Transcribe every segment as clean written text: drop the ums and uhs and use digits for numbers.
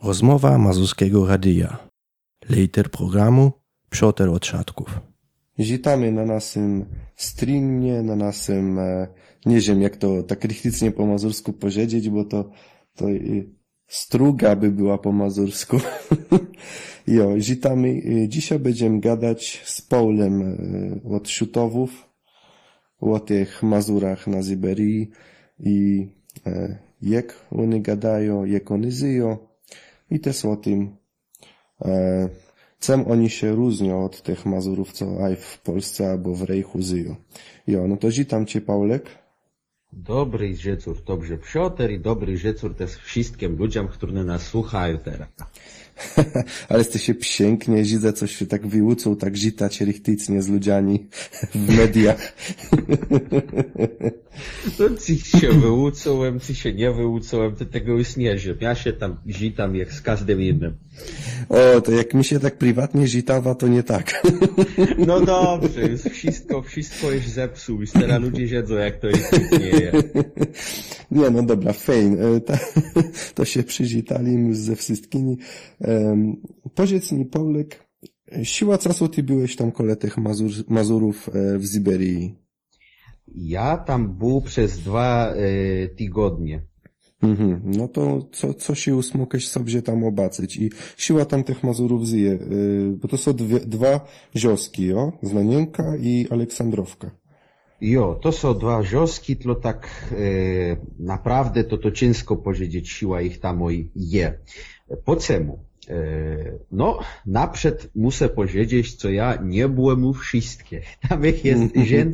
Rozmowa Mazurskiego Radia. Lejter programu Pioter Otrzadków. Witamy na naszym streamie, na naszym, nie wiem jak to tak rychtycznie po mazursku powiedzieć, bo to struga by była po mazursku. Jo, witamy. Dzisiaj będziemy gadać z Paulem od Siutowów, o tych Mazurach na Syberii i jak oni gadają, jak oni żyją i też o tym, czym oni się różnią od tych Mazurów, co aj w Polsce albo w Rejchu żyją. Jo, no to witam Cię, Paulek. Dobry wieczór Tobie, Piotr, i dobry wieczór też wszystkim ludziom, którzy nas słuchają teraz. Ale jesteście pięknie, widzę, coś się tak wyłucą, tak zitać rychtycznie z ludziami w mediach. No, ci się wyłucałem, ci się nie wyłucałem, to tego już nie wiem. Ja się tam zitam jak z każdym innym. O, to jak mi się tak prywatnie zitawa, to nie tak. No dobrze, już wszystko już zepsuł, już teraz ludzie wiedzą, jak to istnieje. Nie, no dobra, fajn. To się przyzitali już ze wszystkimi. Powiedz mi, Paulek, siła czasu ty byłeś tam koło tych Mazurów w Syberii? Ja tam był przez 2 tygodnie. No to co się usmukać sobie tam obaczyć? I siła tam tych Mazurów żyje, bo to są dwa wioski, jo? Znanienka i Aleksandrowka. Jo, to są 2 wioski, to tak naprawdę to ciężko powiedzieć, siła ich tam je. Po czemu? No, naprzed muszę powiedzieć, co ja nie byłem u wszystkich. Tam ich jest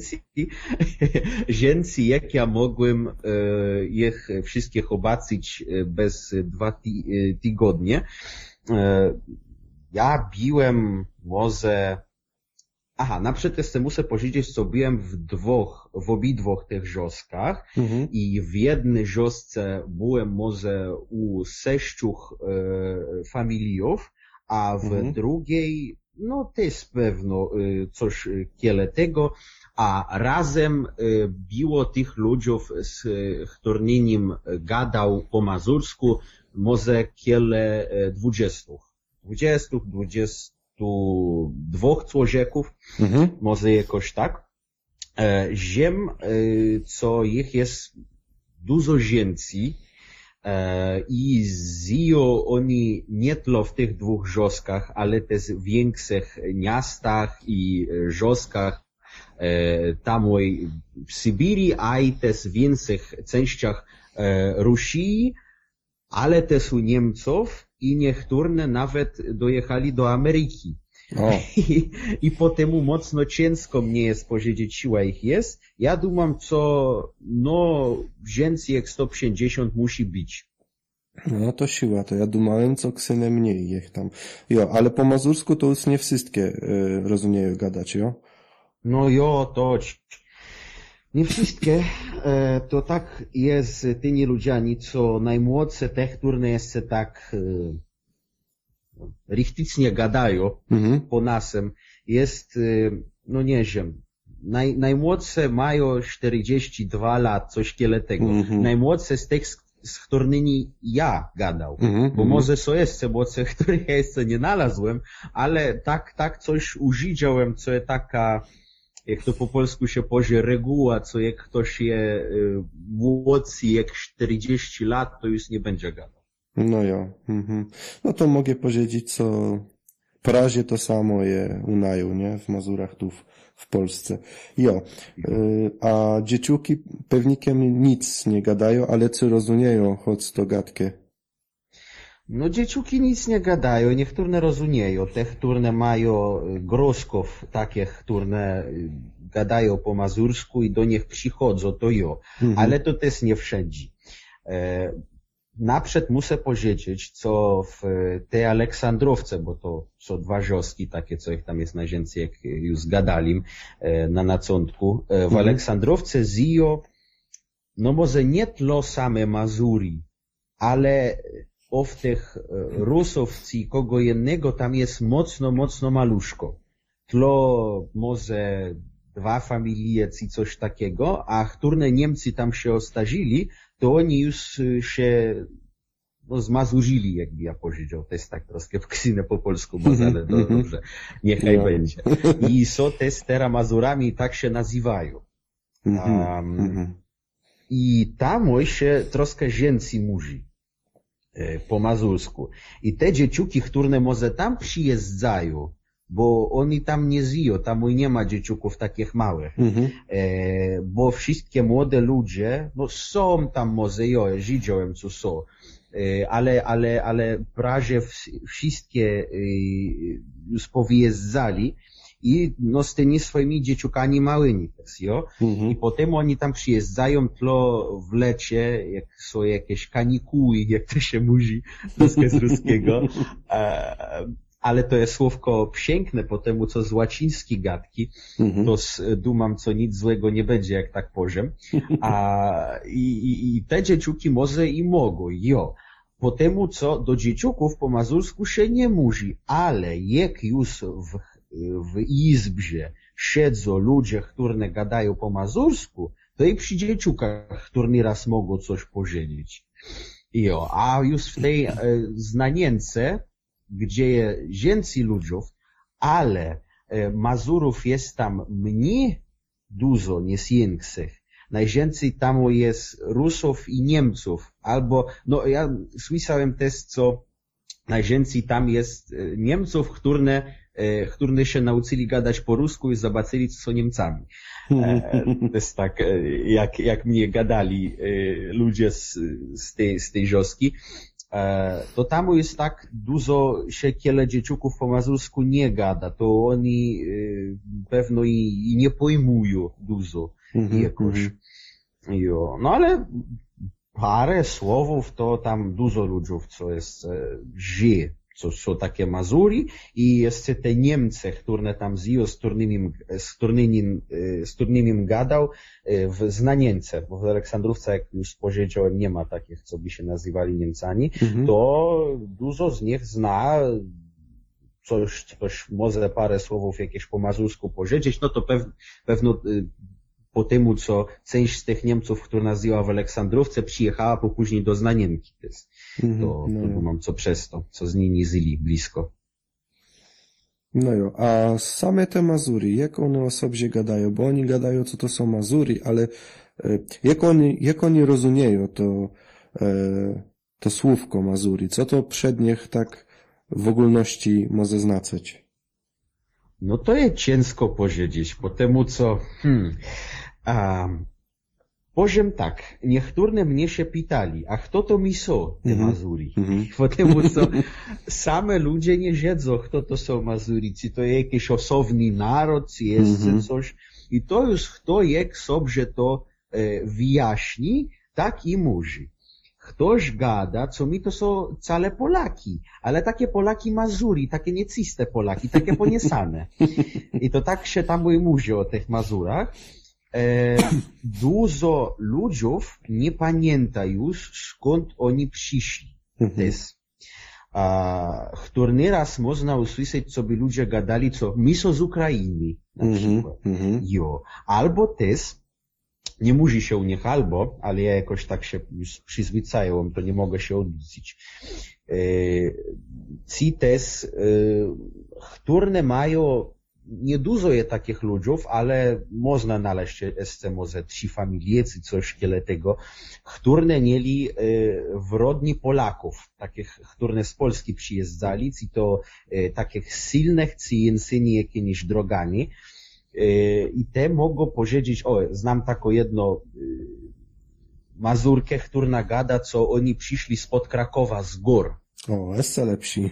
więcej, jak ja mogłem ich wszystkich obaczyć bez 2 tygodnie. Ja byłem może... naprzed jeszcze muszę powiedzieć, co byłem w obydwóch tych wioskach i w jednej wiosce byłem może u 6 familiów, a w drugiej, no też pewno coś kiele tego, a razem było tych ludzi, z którymi gadał po mazursku, może kiele 22 człowieków, może jakoś tak. Ziem, co ich jest dużo więcej i żyją oni nie tylko w tych 2 wioskach, ale też w większych miastach i wioskach tam w Syberii, a i też w większych częściach Rosji, ale też u Niemców i niektóre nawet dojechali do Ameryki. I po temu mocno ciężko mnie jest powiedzieć, siła ich jest. Ja dumam, co więcej jak 150 musi być. No to siła, to ja dumałem, co ksynę mniej ich tam. Jo, ale po mazursku to już nie wszystkie rozumieją gadać, jo? No jo, to nie wszystkie, to tak jest z tymi ludziami, co najmłodsze, te, które jeszcze tak rychtycznie gadają po nasem, jest, no nie wiem, najmłodsze mają 42 lat, coś tyle tego. Najmłodsze z tych, z którymi ja gadał, bo może są jeszcze młodsze, których ja jeszcze nie znalazłem, ale tak coś uwidziałem, co jest taka, jak to po polsku się powie, reguła, co jak ktoś je młodszy jak 40 lat, to już nie będzie gadał. No ja. No to mogę powiedzieć, co prawie to samo je unają, nie? W Mazurach tu w Polsce. Jo. A dzieciuki pewnikiem nic nie gadają, ale co rozumieją, choć to gadkę. No dzieciuki nic nie gadają, niektóre rozumieją, te, które mają groszków takich, które gadają po mazursku i do nich przychodzą, to jo. Ale to też nie wszędzie. Naprzed muszę powiedzieć, co w tej Aleksandrowce, bo to są 2 wioski takie, co ich tam jest na ziemi, jak już zgadali na naczątku. W Aleksandrowce żyją, no może nie tlo same Mazuri, ale w tych Rusowcy kogo jednego tam jest mocno maluszko. Tlo może 2 familie czy coś takiego, a które Niemcy tam się ostazili, to oni już się zmazurili, jakby ja powiedział, to jest tak troszkę w ksynę po polsku, ale dobrze, niechaj będzie. I są też teraz Mazurami i tak się nazywają. I tam się troszkę więcej mówi po mazursku. I te dzieciuki, które może tam przyjeżdżają, bo oni tam nie żyją, tam nie ma dzieciuków takich małych, bo wszystkie młode ludzie, są tam może, widziałem co są, ale prawie wszystkie już powyjeżdżali i z tymi swoimi dzieciukami małymi też, I potem oni tam przyjeżdżają tlo w lecie, jak są jakieś kanikuły, jak to się mówi, troszkę z ruskiego, ale to jest słówko piękne po temu, co z łacińskiej gadki, to dumam, co nic złego nie będzie, jak tak powiem. I te dzieciuki może i mogą, po temu, co do dzieciuków po mazursku się nie mówi, ale jak już w izbie siedzą ludzie, którzy gadają po mazursku, to i przy dzieciukach, którzy raz mogą coś powiedzieć. A już w tej znanience, gdzie jest więcej ludziów, ale Mazurów jest tam mniej dużo niż większych. Najwięcej tam jest Rusów i Niemców. Albo, ja słyszałem też, co najwięcej tam jest Niemców, którzy się nauczyli gadać po rusku i zobaczyli, co są Niemcami. To jest tak, jak mnie gadali ludzie z tej wioski. To tam jest tak dużo się kiele dzieciuków po mazursku nie gada, to oni pewno i nie pojmują dużo jakoś. Ale parę słowów to tam dużo ludziów, co jest wie, co są takie Mazury i jeszcze te Niemcy, które tam żyją, z którymi gadał w znanience, bo w Aleksandrówce, jak już powiedziałem, nie ma takich, co by się nazywali Niemcami, to dużo z nich zna coś może parę słowów jakieś po mazursku powiedzieć, to pewno po temu, co część z tych Niemców, która nazywa w Aleksandrówce, przyjechała później do Znanienki. To mam co przez to, co z nimi żyli blisko. A same te Mazury, jak one o sobie gadają? Bo oni gadają, co to są Mazury, ale jak oni rozumieją to słówko Mazury? Co to przed nich tak w ogólności może znaczyć? To jest ciężko powiedzieć, po temu, co... Powiem tak, niektórzy mnie się pytali, a kto to mi są, te Mazury? Po temu, co same ludzie nie wiedzą, kto to są Mazury, czy to jest jakiś osobny naród, czy jest coś. I to już kto jak sobie to wyjaśni, tak i mówi. Ktoś gada, co mi to są całe Polaki, ale takie Polaki Mazury, takie nieciste Polaki, takie poniesane. I to tak się tam mówi o tych Mazurach. Dużo ludziów nie pamięta już, skąd oni przyszli. Który raz można usłyszeć, co by ludzie gadali, co my są z Ukrainy, na przykład. Albo też, nie mówi się u nich albo, ale ja jakoś tak się już przyzwyczaiłem, to nie mogę się odwrócić. Ci też, które mają niedużo jest takich ludziów, ale można znaleźć jeszcze może 3 familie, czy coś tego, które mieli w rodni Polaków, takich, które z Polski przyjeżdżali, czy to takich silnych, czy jęsyni jakimiś drogami. I te mogą powiedzieć, znam taką jedno Mazurkę, która gada, co oni przyszli spod Krakowa z gór. Jeszcze lepsi.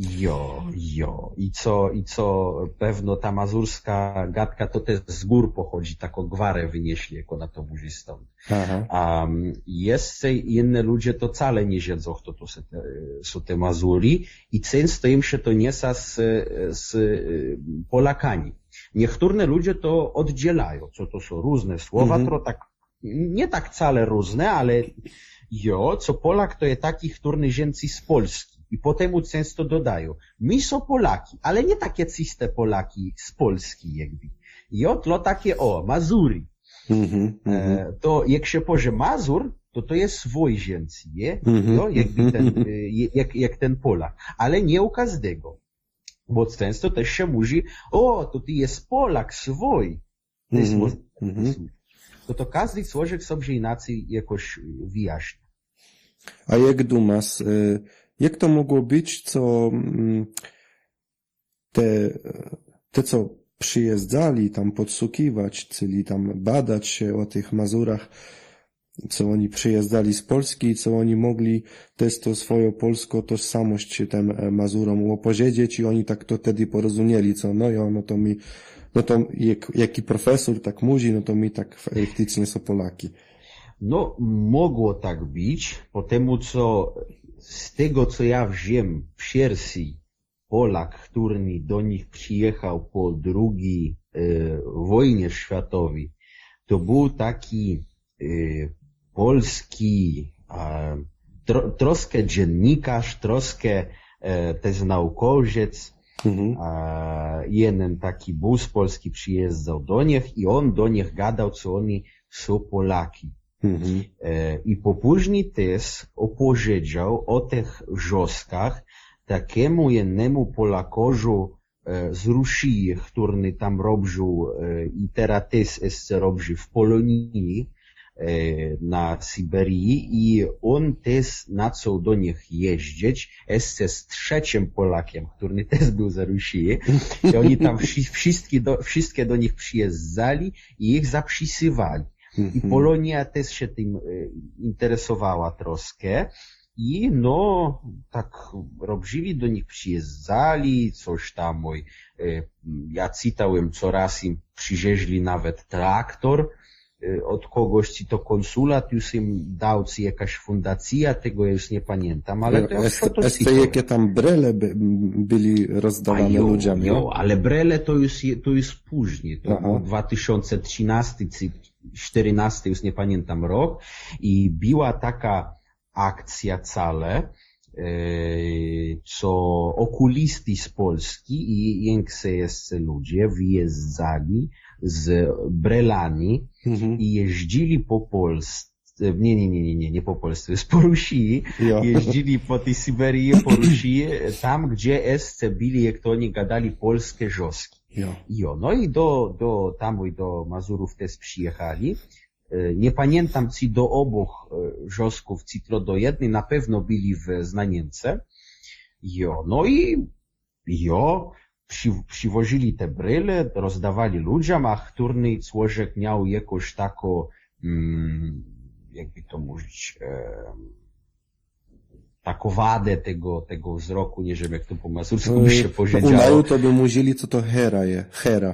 I co pewno ta mazurska gadka to też z gór pochodzi, taką gwarę wynieśli, jak ona to mówi stąd. Jeszcze inne ludzie to wcale nie wiedzą, kto to są te Mazury i często im się to niesa z Polakami. Niektóre ludzie to oddzielają, co to są różne słowa, to tak, nie tak wcale różne, ale co Polak to jest taki, który więcej z Polski. I potem często dodają, my są Polaki, ale nie takie czyste Polaki z Polski jakby. To takie, Mazury. To jak się powie Mazur, to jest swój ziemcy, nie? No, jakby ten, jak ten Polak. Ale nie u każdego. Bo często też się mówi, to ty jest Polak, swój. To jest to każdy człowiek sobie inaczej jakoś wyjaśnia. A jak dumas, jak to mogło być, co te co przyjeżdżali tam podsłuchiwać, czyli tam badać się o tych Mazurach, co oni przyjeżdżali z Polski i co oni mogli też to swoją polską tożsamość się tym Mazurom opowiedzieć i oni tak to wtedy porozumieli, co jaki profesor tak mówi, no to mi tak faktycznie są Polaki. No, mogło tak być, po temu, co z tego, co ja wziąłem w Siersi, Polak, który do nich przyjechał po II wojnie światowej, to był taki polski, troszkę dziennikarz, troszkę też naukowiec. Jeden taki bus polski przyjeżdżał do nich i on do nich gadał, co oni są Polaki. I później też opowiedział o tych wioskach takiemu jednemu Polakorzu z Rusji, który tam robił i teraz też jeszcze robi w Polonii na Syberii i on też zaczął do nich jeździć jeszcze z trzecim Polakiem, który też był z Rusji i oni tam wszystkie do nich przyjeżdżali i ich zapisywali. I Polonia też się tym interesowała troszkę i no tak robili, do nich przyjeżdżali, coś tam, ja czytałem, coraz im przywieźli nawet traktor od kogoś, czy to konsulat już im dał, czy jakaś fundacja, tego ja już nie pamiętam, ale to jeszcze jakie tam brele byli rozdawane ludziom. Ale brele to już później, to był 2013 czy 2014, już nie pamiętam rok i była taka akcja cale, co okulisty z Polski i większe jeszcze ludzie wyjeżdżali z brelami i jeździli po Polsce, nie po Polsce, z po Rusji, jeździli po tej Syberii, po Rusji, tam gdzie jeszcze byli, jak to oni gadali, polskie wioski. No i do Mazurów też przyjechali. Nie pamiętam, czy do obu wiosków, czy to do jednej, na pewno byli w Znanience. No i przywozili te bryle, rozdawali ludziom, a który człowiek miał jakoś taką, jakby to mówić, taką wadę tego wzroku, nie wiem jak to po mazursku by się powiedziało. U naju to by mówili, co to hera je, hera.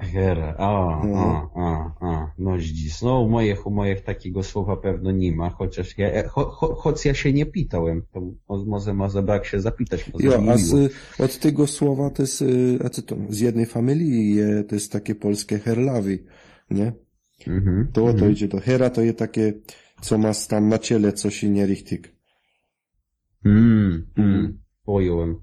No widzisz, no u moich takiego słowa pewno nie ma, choć ja się nie pytałem, to może brak się zapytać. Od tego słowa to jest, z jednej familii to jest takie polskie herlawi, nie? To idzie do hera, to jest takie, co ma tam na ciele coś nie richtig. Pojąłem.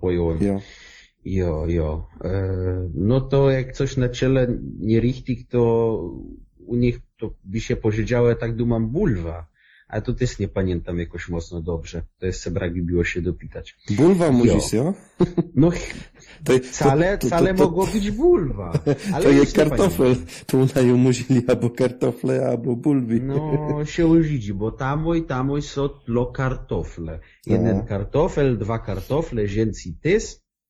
No to jak coś na ciele nie richtig, to u nich to by się powiedziało, tak dumam, bulwa. A to też nie pamiętam jakoś mocno dobrze. To jeszcze brak by było się dopytać. Bulwa mówisz, jo? No, wcale mogło być bulwa. Ale to jest kartofel. To u naju mówili albo kartofle, albo bulwi. No, się widzi, bo tamoj są tlo kartofle. Jeden kartofel, dwa kartofle, zięcy też.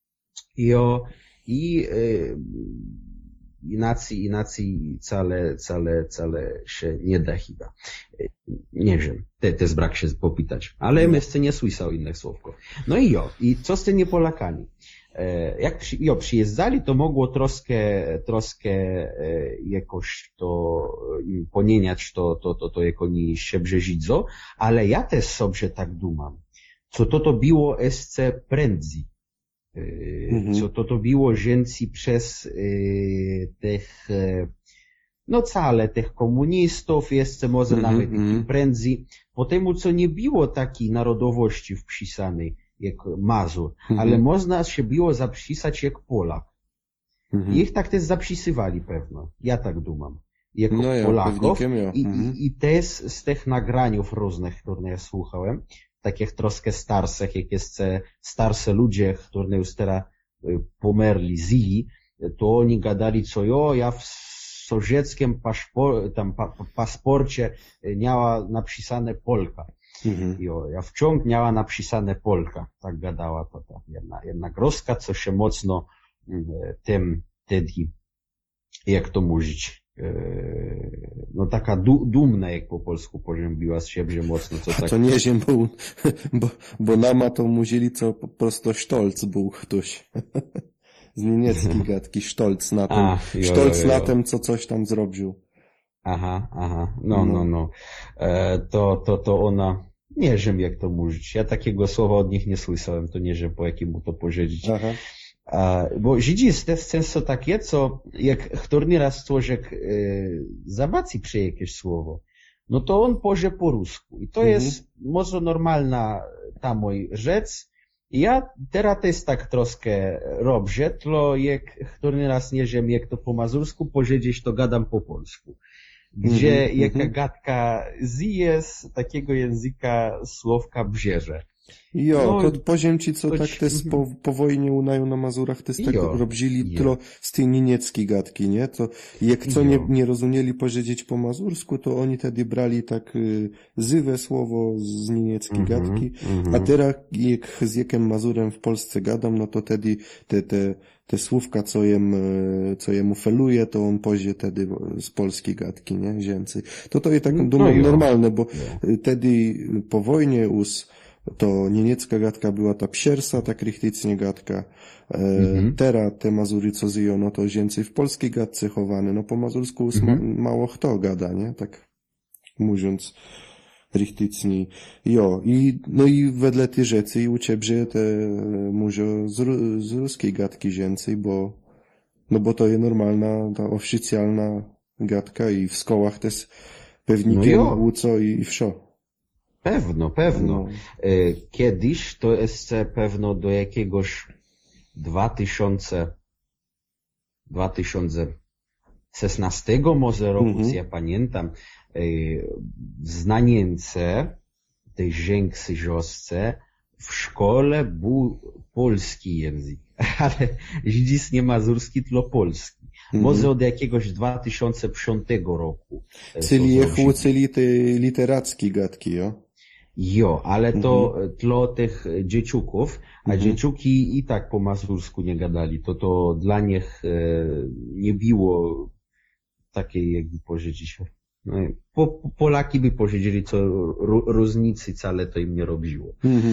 Inaczej wcale się nie da chyba. Nie wiem, też brak się popytać. Ale jeszcze nie słyszał innych słówków. No i co z tymi Polakami? Jak przyjeżdżali, to mogło troszkę jakoś to im ponieniać to jak oni się brzezidzą, ale ja też sobie tak dumam. Co to było jeszcze prędzej. Co to było zięci przez tych, tych komunistów, jeszcze może nawet i prędzej, po temu, co nie było takiej narodowości wpisanej jak Mazur, ale można się było zapisać jak Polak. I ich tak też zapisywali pewno, ja tak dumam. jako Polaków. Mhm. I też z tych nagraniów różnych, które ja słuchałem, takich troszkę starszych, jak jest starsze ludzie, którzy już teraz pomerli, zili, to oni gadali, co ja w sowieckim paszporcie miała napisane Polka. Mhm. Ja wciąż miała napisane Polka. Tak gadała to ta jedna groska, co się mocno tym wtedy, jak to mówić, no taka dumna, jak po polsku poziębiła z siebie mocno. Co tak... To nie ziem był, bo nama to mówili, co po prostu sztolc był ktoś. Z niemieckiej gadki, sztolc na tym. Sztolc na tym, co coś tam zrobił. Aha. No. To ona, nie wiem jak to mówić. Ja takiego słowa od nich nie słyszałem, to nie wiem po jakiemu to powiedzieć. Aha. Bo Żydzi jest też często takie, co jak któryś raz człowiek zobaczy przy jakieś słowo, no to on powie po rusku. I to jest może normalna ta mój rzecz. I ja teraz też tak troszkę robię, tlo jak któryś raz nie wiem jak to po mazursku powiedzieć, to gadam po polsku. Gdzie jaka gadka zje z takiego języka słowka brzierze. To powiem ci, co tak też po wojnie unają na Mazurach też tak robili tlo z tej niemieckiej gadki, nie? To jak co nie rozumieli powiedzieć po mazursku, to oni wtedy brali tak zywe słowo z niemieckiej gadki, a teraz jak z jakim Mazurem w Polsce gadam, no to wtedy te słówka, co jemu feluje, to on pozie wtedy z polskiej gadki, nie? Ziemcy. To jest tak normalne, bo wtedy po wojnie to niemiecka gadka była ta psiersa, ta krytycznie gadka. Teraz te Mazury, co żyją, no to ziemcy w polskiej gadce chowane. No po mazursku mało kto gada, nie? Tak mówiąc rychtyczniej. I wedle tej rzeczy i u ciebie te mówią z ruskiej gadki ziemcej, bo to jest normalna, ta oficjalna gadka i w szkołach też pewnikiem uco i wsio. Pewno. Kiedyś, to jest pewno do jakiegoś 2016 może roku, ja pamiętam, w Znanience, tej większej wiosce, w szkole był polski język, ale dziś nie mazurski, tylko polski. Może od jakiegoś 2005 roku. Czyli jak uczyli te literackie gadki, ale to tlo tych dzieciuków, a dzieciuki i tak po mazursku nie gadali. To dla nich nie było takiej, jakby powiedzieć, Polaki by powiedzieli, co różnicy wcale to im nie robiło.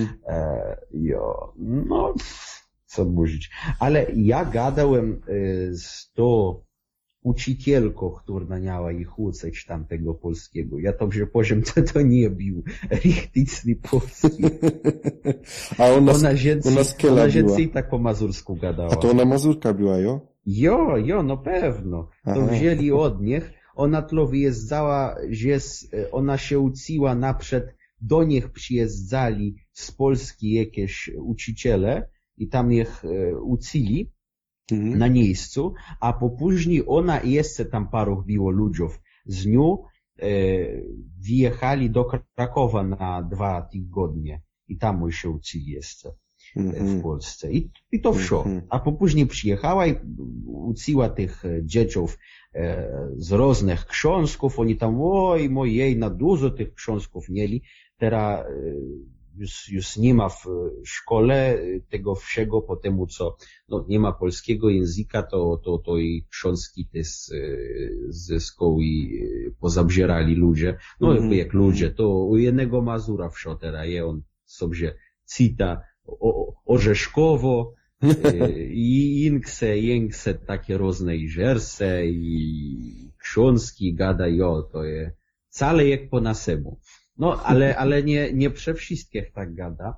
No, co mówić. Ale ja gadałem z to ucicielką, która miała ich uczyć tamtego polskiego. Ja to że powiem, to nie był rychtyczny polski. A ona więcej tak po mazursku gadała. A to ona mazurka była, no pewno. To wzięli od nich. Ona tlo wyjeżdżała, że ona się uczyła naprzed, do nich przyjeżdżali z Polski jakieś uciciele i tam ich uczyli na miejscu, a później ona i jeszcze tam paru było ludziów z nią wyjechali do Krakowa na 2 tygodnie i tam się uczyli jeszcze w Polsce. I to wsio. A później przyjechała i uczyła tych dzieciów z różnych książków. Oni tam, mojej, na dużo tych książków mieli. Teraz już nie ma w szkole tego wsiego, po temu co nie ma polskiego języka, to i książki też ze szkoły pozabzierali ludzie. Jak ludzie, to u jednego Mazura wsio teraz on sobie cita Orzeszkowo i inkse takie różne i żerse i książki gada to je wcale jak po nasemu. Ale nie przy wszystkich tak gada.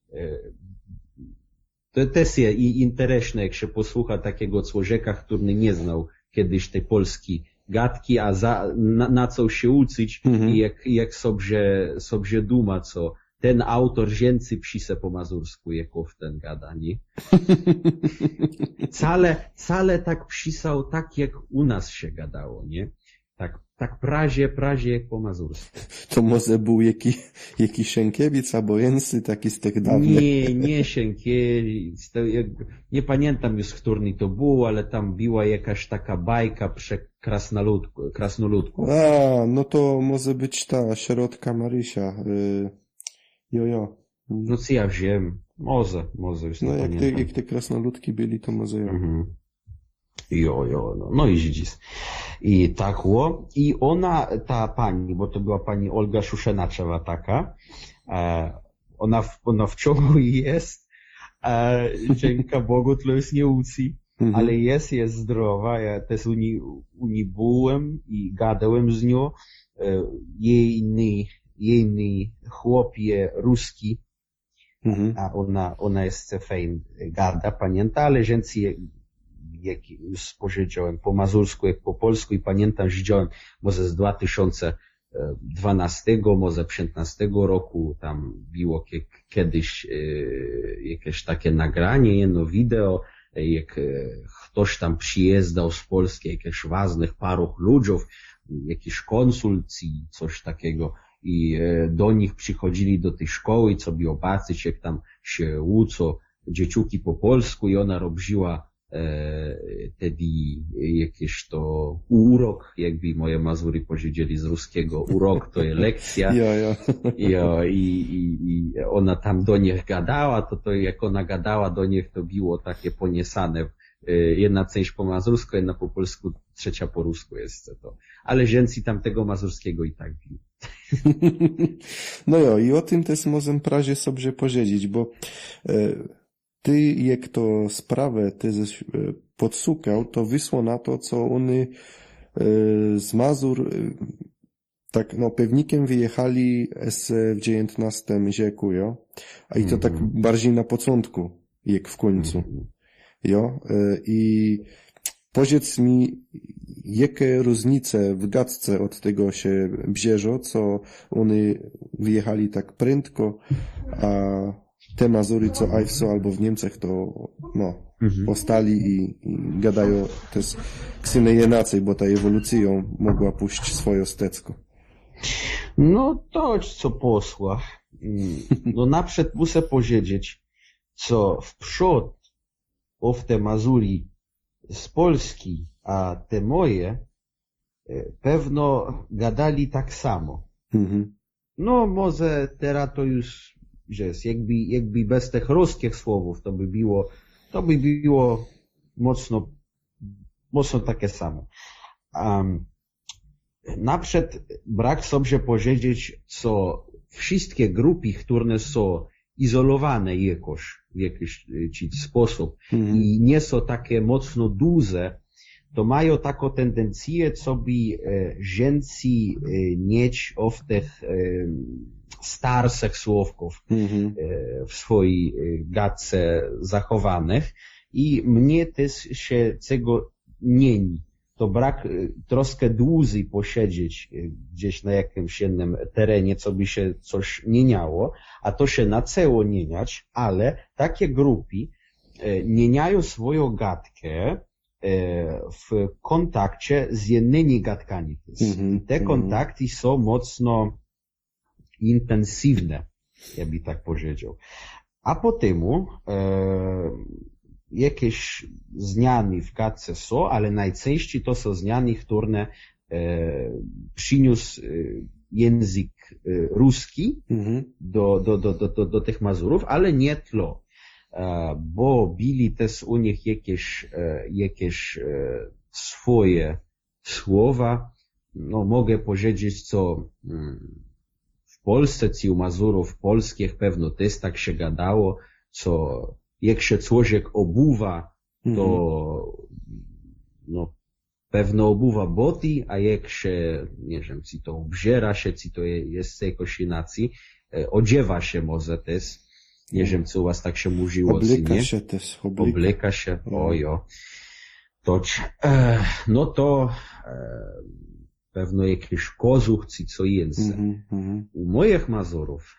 To też jest interesne, jak się posłucha takiego człowieka, który nie znał kiedyś tej polskiej gadki, a na co się uczyć i jak sobie duma, co ten autor zięcy pise po mazursku, jakow ten gada, nie? Wcale tak pisał tak, jak u nas się gadało, nie? Tak prazie jak po mazursku. To może był jakiś Sienkiewicz albo Jęsy, taki z tych dawnych. Nie Sienkiewicz. Nie pamiętam już, który to był, ale tam była jakaś taka bajka krasnoludków. A, no to może być ta środka Marysia. Jo. No co ja wiem. Może już nie pamiętam. Jak te krasnoludki byli, to może ja. No i widzisz. I tak było. I ona, ta pani, bo to była pani Olga Szuszenaczewa taka, ona w ciągu jest, dzięki Bogu, to już nie uci, ale jest zdrowa. Ja też u niej byłem i gadałem z nią. Jej chłop jest ruski, a ona jest fajn gada, pamięta, ale więcej jak już spowiedziałem po mazursku, jak po polsku i pamiętam, że widziałem może z 2012, może 15 roku, tam było kiedyś jakieś takie nagranie, jedno wideo, jak ktoś tam przyjeżdżał z Polski, jakichś ważnych paru ludzi, jakiś konsulcji, coś takiego, i do nich przychodzili do tej szkoły, co by zobaczyć, jak tam się uczą dzieciuki po polsku, i ona robiła wtedy jakiś to urok, jakby moje Mazury powiedzieli z ruskiego, urok to jest lekcja. I ona tam do nich gadała, to jak ona gadała do nich, to było takie poniesane. Jedna część po mazursku, jedna po polsku, trzecia po rusku jest to. Ale więcej tam tego mazurskiego i tak było. No i o tym też możemy prawie sobie powiedzieć, bo ty, jak to sprawę ty podsukał, to wysło na to, co oni z Mazur tak, pewnikiem wyjechali w XIX wieku, jo? A i to tak bardziej na początku, jak w końcu. Jo? I powiedz mi, jakie różnice w gadce od tego się bierze, co oni wyjechali tak prędko, a te Mazury, co Ajwso albo w Niemczech, to postali i gadają też ksyny jenacej, bo ta ewolucją mogła pójść swoje stecko. No to, co posła. No naprzed muszę powiedzieć, co w przód of te Mazury z Polski, a te moje, pewno gadali tak samo. No może teraz to już, że jest, jakby bez tych ruskich słowów, to by było mocno takie samo. Naprzed brak sobie powiedzieć, co wszystkie grupy, które są izolowane jakoś, w jakiś sposób i nie są takie mocno duże, to mają taką tendencję, co by więcej mieć w tych starszych słówków w swojej gadce zachowanych, i mnie też się tego nieni. To brak troszkę dłużej posiedzieć gdzieś na jakimś innym terenie, co by się coś nie miało, a to się na cało nie miać, ale takie grupy nie miają swoją gadkę w kontakcie z innymi gadkami. Te kontakty są mocno intensywne, ja by tak powiedział. A potem jakieś zmiany w gadce są, ale najczęściej to są zmiany, które przyniósł język ruski do tych Mazurów, ale nie tlo. Bo byli też u nich jakieś swoje słowa. No mogę powiedzieć, co w Polsce, ci u Mazurów polskich pewno też tak się gadało, co jak się człowiek obuwa, to pewno obuwa boty, a jak się, nie wiem, czy to ubziera się, czy to jest jakoś inaczej, odziewa się może też, nie wiem, co u was tak się mówiło, oblyka nie? Się też, oblyka się, ojo. No to pewno jakiś kozuch, czy co jest. U moich Mazurów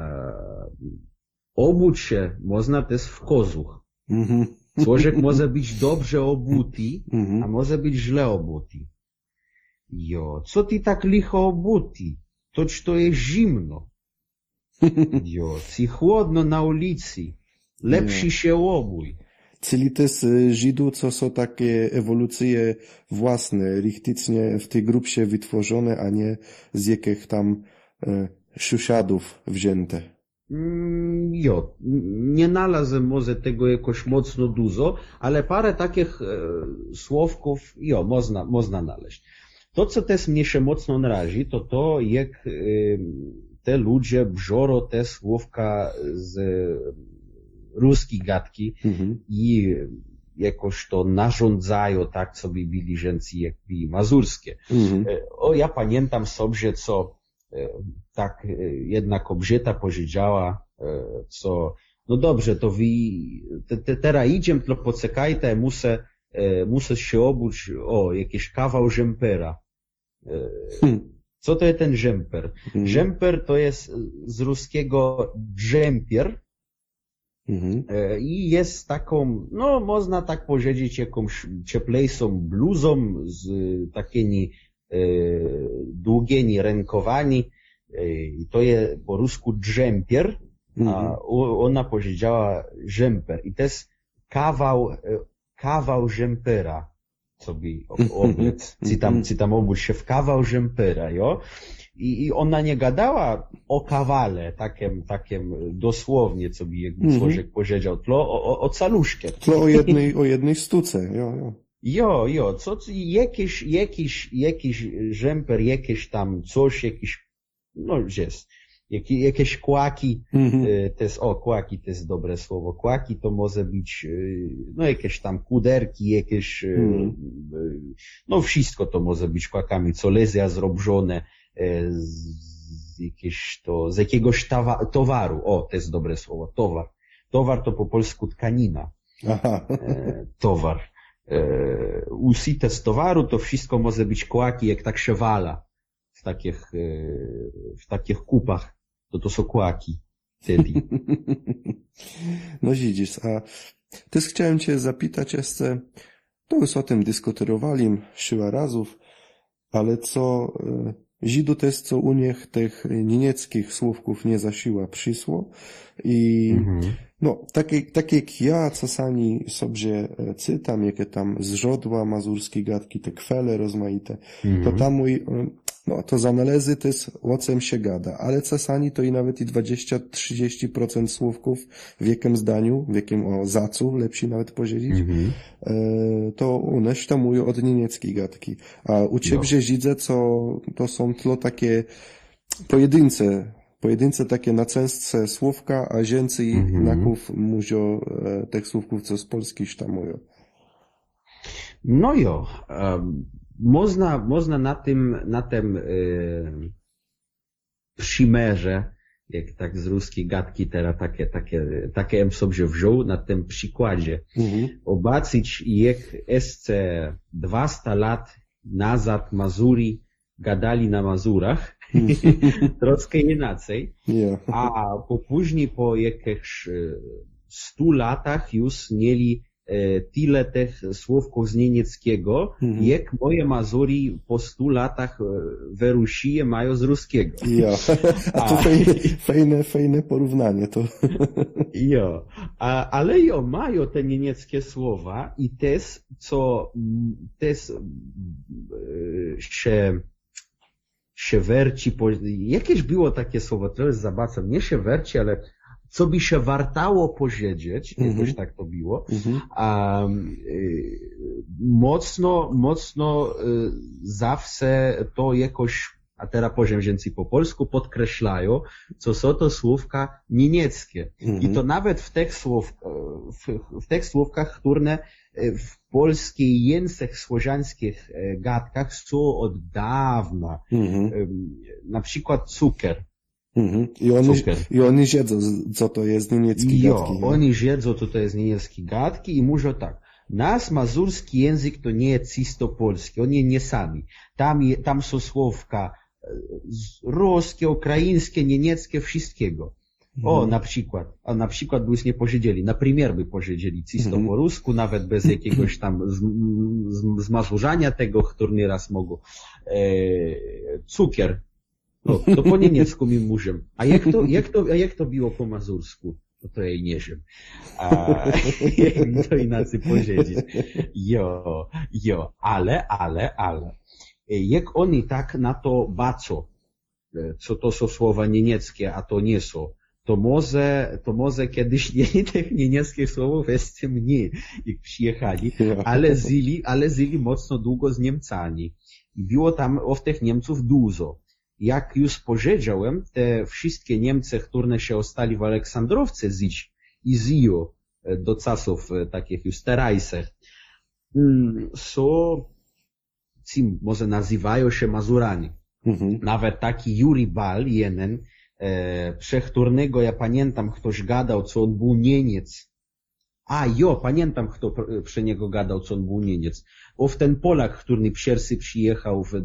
obuć się można też w kozuch. Człowiek może być dobrze obuty, a może być źle obuty. Jo, co ty tak licho obuty? Toć to jest zimno. Jo, ci chłodno na ulicy. Lepszy się obój. Czyli też Żydów, co są takie ewolucje własne, richtycznie w tej grupie wytworzone, a nie z jakich tam sąsiadów wzięte. Jo, nie znalazłem może tego jakoś mocno dużo, ale parę takich słówków, jo, można znaleźć. To, co też mnie się mocno nrazi, to jak te ludzie bżoro te słówka z ruskiej gadki i jakoś to narządzają tak sobie biliżency jakby mazurskie. Ja pamiętam sobie, co tak jedna kobieta powiedziała, co no dobrze, to wy teraz idziemy, to poczekajcie, muszę się obuć, jakiś kawał żempera. Co to jest ten żemper? Żemper to jest z ruskiego dżempier i jest taką, no można tak powiedzieć, jakąś cieplejszą bluzą z takimi długimi rękowami. To jest po rusku dżempier, a ona powiedziała żemper. I to jest kawał żempera sobie oblec. Czy tam obudź się w kawał żempera, jo? I ona nie gadała o kawale, takim dosłownie, co by jakby człowiek powiedział, tlo o caluszkę. Tlo o jednej sztuce, Jo, jakiś żemper, jakieś tam coś, no jest, jakieś kłaki, to jest, kłaki to jest dobre słowo, kłaki to może być, no jakieś tam kuderki, jakieś, no wszystko to może być kłakami, co lezja zrobione, z jakiegoś towaru, to jest dobre słowo, towar. Towar to po polsku tkanina. Aha. Towar. Usite z towaru to wszystko może być kłaki, jak tak się wala w takich kupach, to są kłaki wtedy. No widzisz, a też chciałem cię zapytać jeszcze, to już o tym dyskutowali siła razów, ale co Żydów też, co u nich tych niemieckich słówków nie zasiła przysło i no, tak jak ja czasami sobie czytam, jakie tam zrzodła mazurskie gadki, te kwele rozmaite, to tam mój, no to za nalezy też łocem się gada, ale czasami to i nawet i 20-30% słówków w jakim zdaniu, w jakim zacu, lepsi nawet powiedzieć, to u nas to mówią od niemieckiej gadki. A u ciebie Żydze, co to są tlo takie pojedyncze takie nacęstce słówka, a zięcy naków mówią tych słówków, co z Polski sztamują. No jo, można na tym przymerze, jak tak z ruskiej gadki teraz takie em sobie wziął, na tym przykładzie, obaczyć, jak jeszcze 200 lat nazad Mazuri gadali na Mazurach, troszkę inaczej, a później po jakichś 100 latach już mieli tyle tych słówków z niemieckiego, jak moje Mazury po 100 latach we Rusji mają z ruskiego. Ja, a to fajne porównanie to. Jo, ale mają te niemieckie słowa i też, co też się werci, jakieś było takie słowo, to jest zobaczę, nie się werci, ale co by się wartało powiedzieć, jakoś tak to było, a mocno zawsze to jakoś, a teraz powiem więcej po polsku, podkreślają, co są to słówka niemieckie. I to nawet w tych słówkach, które w polskiej język słowiańskich gadkach są od dawna. Na przykład cukier. I oni wiedzą, co to jest niemiecki gadki. Oni wiedzą, co to jest niemiecki gadki i mówią tak. Nasz mazurski język to nie jest czysto polski, oni nie sami. Tam są słówka ruskie, ukraińskie, niemieckie, wszystkiego. O, na przykład byśmy posiedzieli, na przykład by posiedzieli czysto po rusku, nawet bez jakiegoś tam zmazurzania tego, który raz mogą. Cukier. No, to po niemiecku mi mówię. A jak to było po mazursku? No to ja nie wiem. Jak to inaczej powiedzieć. Ale. Jak oni tak na to bacą, co to są słowa niemieckie, a to nie są, to może kiedyś tych niemieckich słów jest mniej, jak przyjechali, ale żyli mocno długo z Niemcami. I było tam o tych Niemców dużo. Jak już powiedziałem, te wszystkie Niemcy, które się ostali w Aleksandrowce żyć i żyją do czasów takich już terajsych, są, może nazywają się Mazurami. Nawet taki Juri Bal, jeden, przy którego ja pamiętam, ktoś gadał, co on był Niemiec. Pamiętam, kto przy niego gadał, co on był Niemiec. W ten Polak, który pierwszy przyjechał w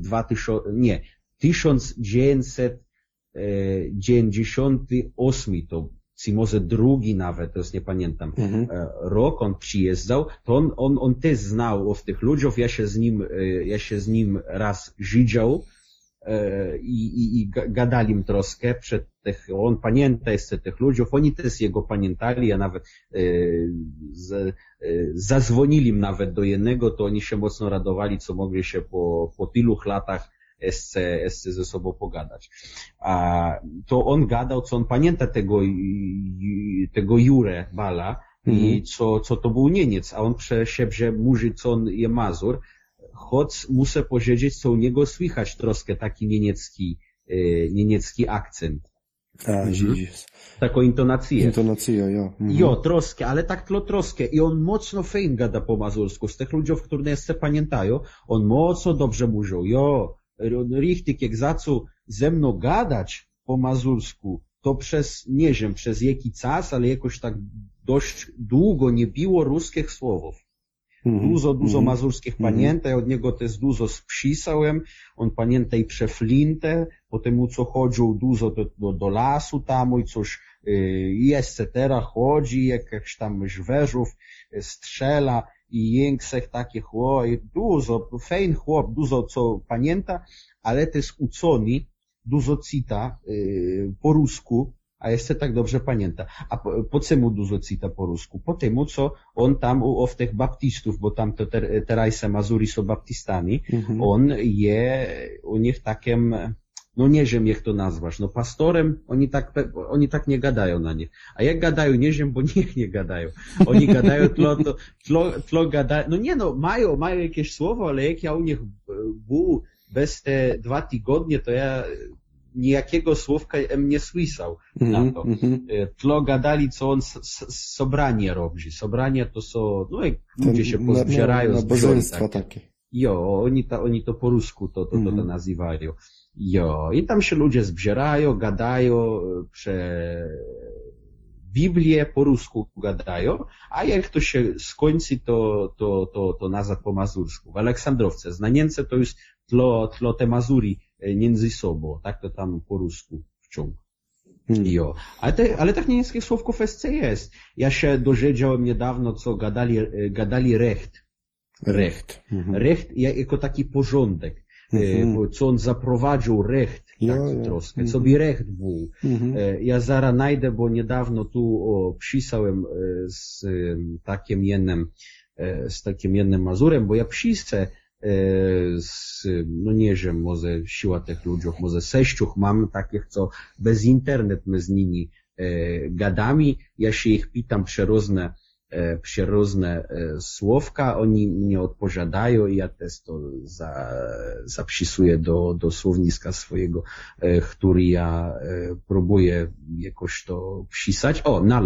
1998, to może drugi nawet, to już nie pamiętam, rok on przyjeżdżał, to on też znał o tych ludziach, ja się z nim raz widział i gadali im troszkę on pamięta jeszcze tych ludzi, oni też jego pamiętali, ja nawet zadzwonili im nawet do jednego, to oni się mocno radowali, co mogli się po tylu latach jeszcze ze sobą pogadać. To on gadał, co on pamięta tego Jurę Bala i co to był Niemiec, a on przy siebie mówi, co on je Mazur, choć muszę powiedzieć, co u niego słychać troszkę taki niemiecki akcent. Taką intonację. Intonację, ja. Troszkę, ale tak troszkę. I on mocno fajnie gada po mazursku. Z tych ludzi, którzy jeszcze pamiętają, on mocno dobrze mówił. Richtig, jak zaczął ze mną gadać po mazursku, to nie wiem, przez jaki czas, ale jakoś tak dość długo nie było ruskich słowów. Dużo mazurskich pamięta, ja od niego też dużo spisałem, on pamięta i przeflintę, po temu co chodził dużo do lasu tam i coś jeszcze teraz chodzi, jakichś tam żwerzów strzela i jęksech takich, i dużo, fajny chłop, dużo co pamięta, ale też uczony, dużo cita po rusku, a jeszcze tak dobrze pamięta. A po czemu dużo cita po rusku? Po temu, co on tam u tych baptistów, bo tam to teraz Mazuri są baptistami, on je u nich takim, no nie wiem jak to nazwać, no pastorem, oni tak nie gadają na nich. A jak gadają, nie wiem, bo niech nie gadają. Oni gadają, tlo gadają, no nie no, mają jakieś słowo, ale jak ja u nich był bez te 2 tygodnie, to ja nijakiego słówka nie słyszał na to. Tlo gadali, co on sobranie robi. Sobranie to są, no jak ludzie się pozbierają. Nabożeństwa takie. Oni to po rusku to nazywają. I tam się ludzie zbierają, gadają, Biblię po rusku gadają, a jak to się skończy, to nazad po mazursku. W Aleksandrowce, z Niemcy to już tlo te Mazuri między sobą, tak to tam po rusku wciąg. Ale tak niemieckich słówków jeszcze jest. Ja się dowiedziałem niedawno, co gadali recht. Recht jako taki porządek. Co on zaprowadził recht, troszkę, co by recht był. Ja zaraz najdę, bo niedawno tu pisałem z takim jednym Mazurem, bo ja piszę no nie wiem, może siła tych ludzi, może 6 mam takich, co bez internet my z nimi gadami, ja się ich pytam przeróżne słówka, oni mnie odpowiadają i ja też to zapisuję do słowniska swojego, który ja próbuję jakoś to pisać.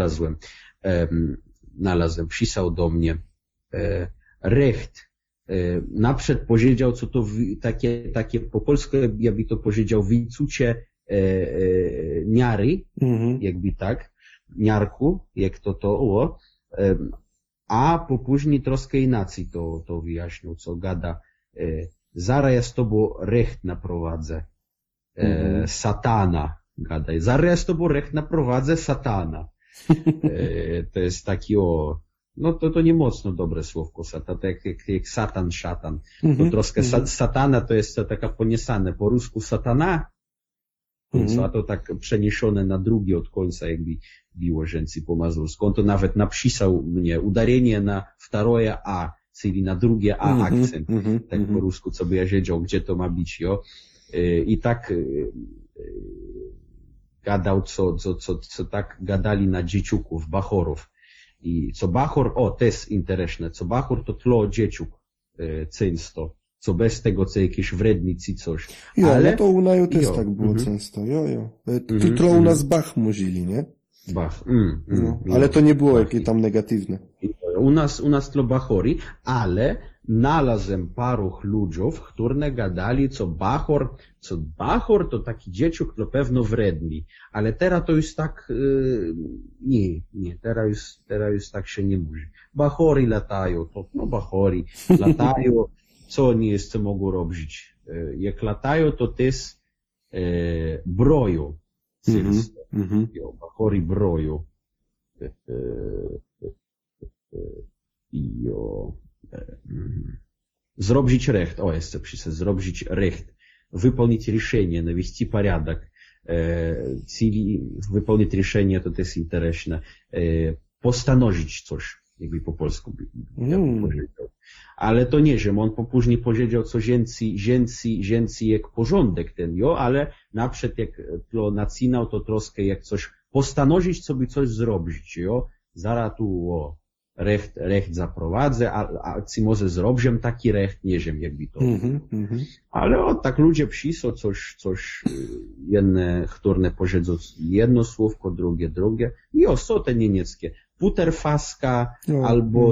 Znalazłem, pisał do mnie recht. Naprzed powiedział, co to takie po polsku, jakby to powiedział, wycucie niary, jakby tak, niarku, jak to, a po później troszkę inaczej to wyjaśnił, co gada, zaraz ja z tobą recht naprowadzę, satana, gadaj. Zaraz to recht naprowadzę satana. To jest taki no to nie mocno dobre słówko, to jak satan, szatan. To troszkę satana to jest taka poniesane po rusku satana, a to tak przeniesione na drugi od końca, jakby biło rzęcy po mazursku. On to nawet napisał mnie udarenie na wtaroje A, czyli na drugie A akcent. Tak po rusku, co by ja wiedział, gdzie to ma być, jo. I tak gadał, co tak gadali na dzieciuków, bachorów. I co bachor, to jest interesne, co bachor to tlo dzieciuk często, co bez tego, co jakieś wrednicy coś. Ale no to u naju też tak było często, Tlo u nas bach mówili, nie? Bach. Ale to nie było jakieś tam negatywne. U nas tlo bachori, ale znalazłem paru ludziów, którzy gadali, co bachor to taki dzieciuk, to pewno wredny. Ale teraz to już tak, nie, teraz już tak się nie mówi. Bachori latają, bachori latają, co oni jeszcze mogą robić? Jak latają, to też broją. Bachori broją. Zrobić recht, jeszcze piszę, zrobić recht, wypełnić решение, навести порядок, wypełnić решение, to też interesne, postanowić coś, jakby po polsku powiedział. Ale to nie, że on później powiedział, co zięcy jak porządek ten, ale na przykład jak to nacinał, to troszkę jak coś postanowić sobie coś zrobić, zaraz tu, recht zaprowadzę, a ci może zrobię taki recht, nie wiem, jakby to. Ale tak ludzie przyszło coś, jedne, które powiedzą jedno słówko, drugie. I co te niemieckie? Butterfaska, albo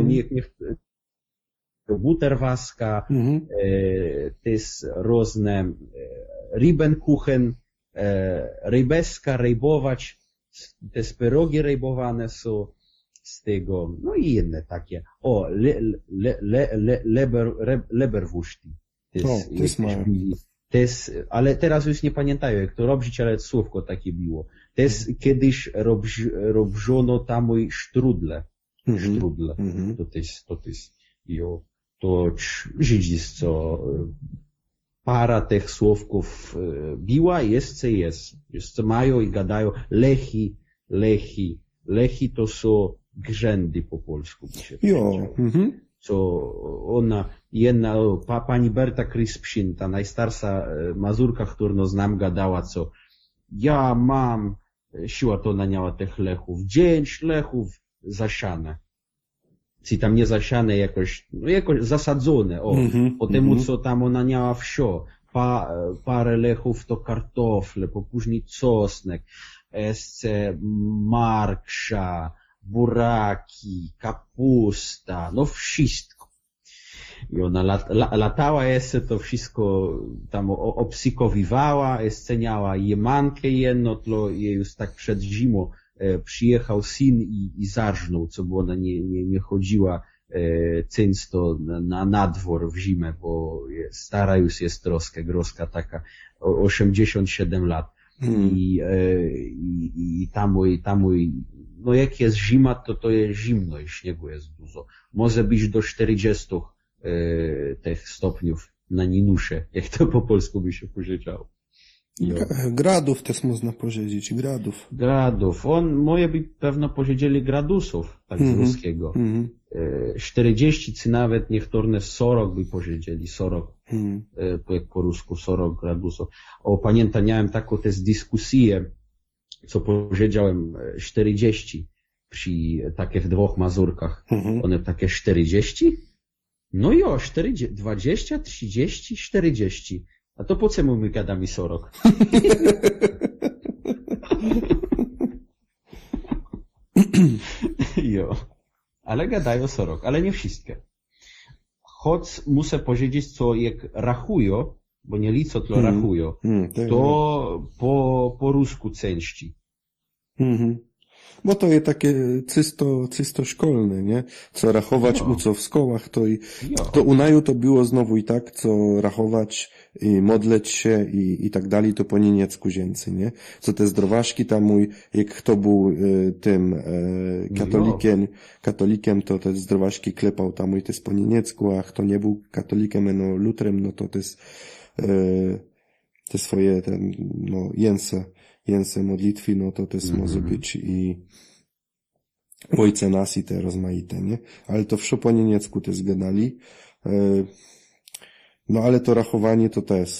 Butterwaska, też różne Ribbenkuchen, rybeska, rejbować, te pyrogi rejbowane są z tego, no i inne takie. Leberwuszty. Ale teraz już nie pamiętają, jak to robić, ale słówko takie było. Też kiedyś robiono tam sztrudle. To też. To widzisz, co para tych słówków biła, jeszcze mają i gadają Lechy to są grzędy po polsku. Co pani Berta Kryspsin, ta najstarsza Mazurka, którą znam, gadała, co ja mam, siła to naniała tych lechów, 10 lechów zasiane. Czy tam nie zasiane jakoś zasadzone, po temu, co tam ona miała wsio, parę lechów to kartofle, później czosnek, marksza, buraki, kapusta, no wszystko. I ona latała jeszcze, to wszystko tam obsikowywała, sceniała jemankę jedno, to jej już tak przed zimą przyjechał syn i zarżnął, co bo ona nie chodziła często na dwór w zimę, bo stara już jest troszkę, groska taka, 87 lat. I tam, no jak jest zima, to jest zimno i śniegu jest dużo. Może być do 40 tych stopniów na minusie, jak to po polsku by się powiedziało. Gradów też można powiedzieć, gradów. Moje by pewno powiedzieli gradusów, tak z ruskiego. 40 czy nawet niektóre 40 by powiedzieli, 40, jak po rusku 40 gradusów. Pamiętam, miałem taką też dyskusję, co powiedziałem 40 przy takich dwóch Mazurkach. One takie 40? No 40, 20, 30, 40. A to po co my gadamy 40? Ale gadają 40, ale nie wszystkie. Choć muszę powiedzieć, co jak rachują, bo nie liczą, tylko rachują, to po rusku części. bo to jest takie czysto szkolne, nie? Co rachować uco w szkołach, to u naju to było znowu i tak, co rachować i modleć się i tak dalej, to po niemiecku zięcy, nie? Co te zdrowaśki tam mój, jak kto był tym katolikiem, to te zdrowaśki klepał tam mój też po niemiecku, a kto nie był katolikiem, no lutrem, no to też te swoje jęse modlitwy, no to też może być i Ojcze nas i te rozmaite, nie? Ale to wszystko po niemiecku też gadali. No ale to rachowanie to też,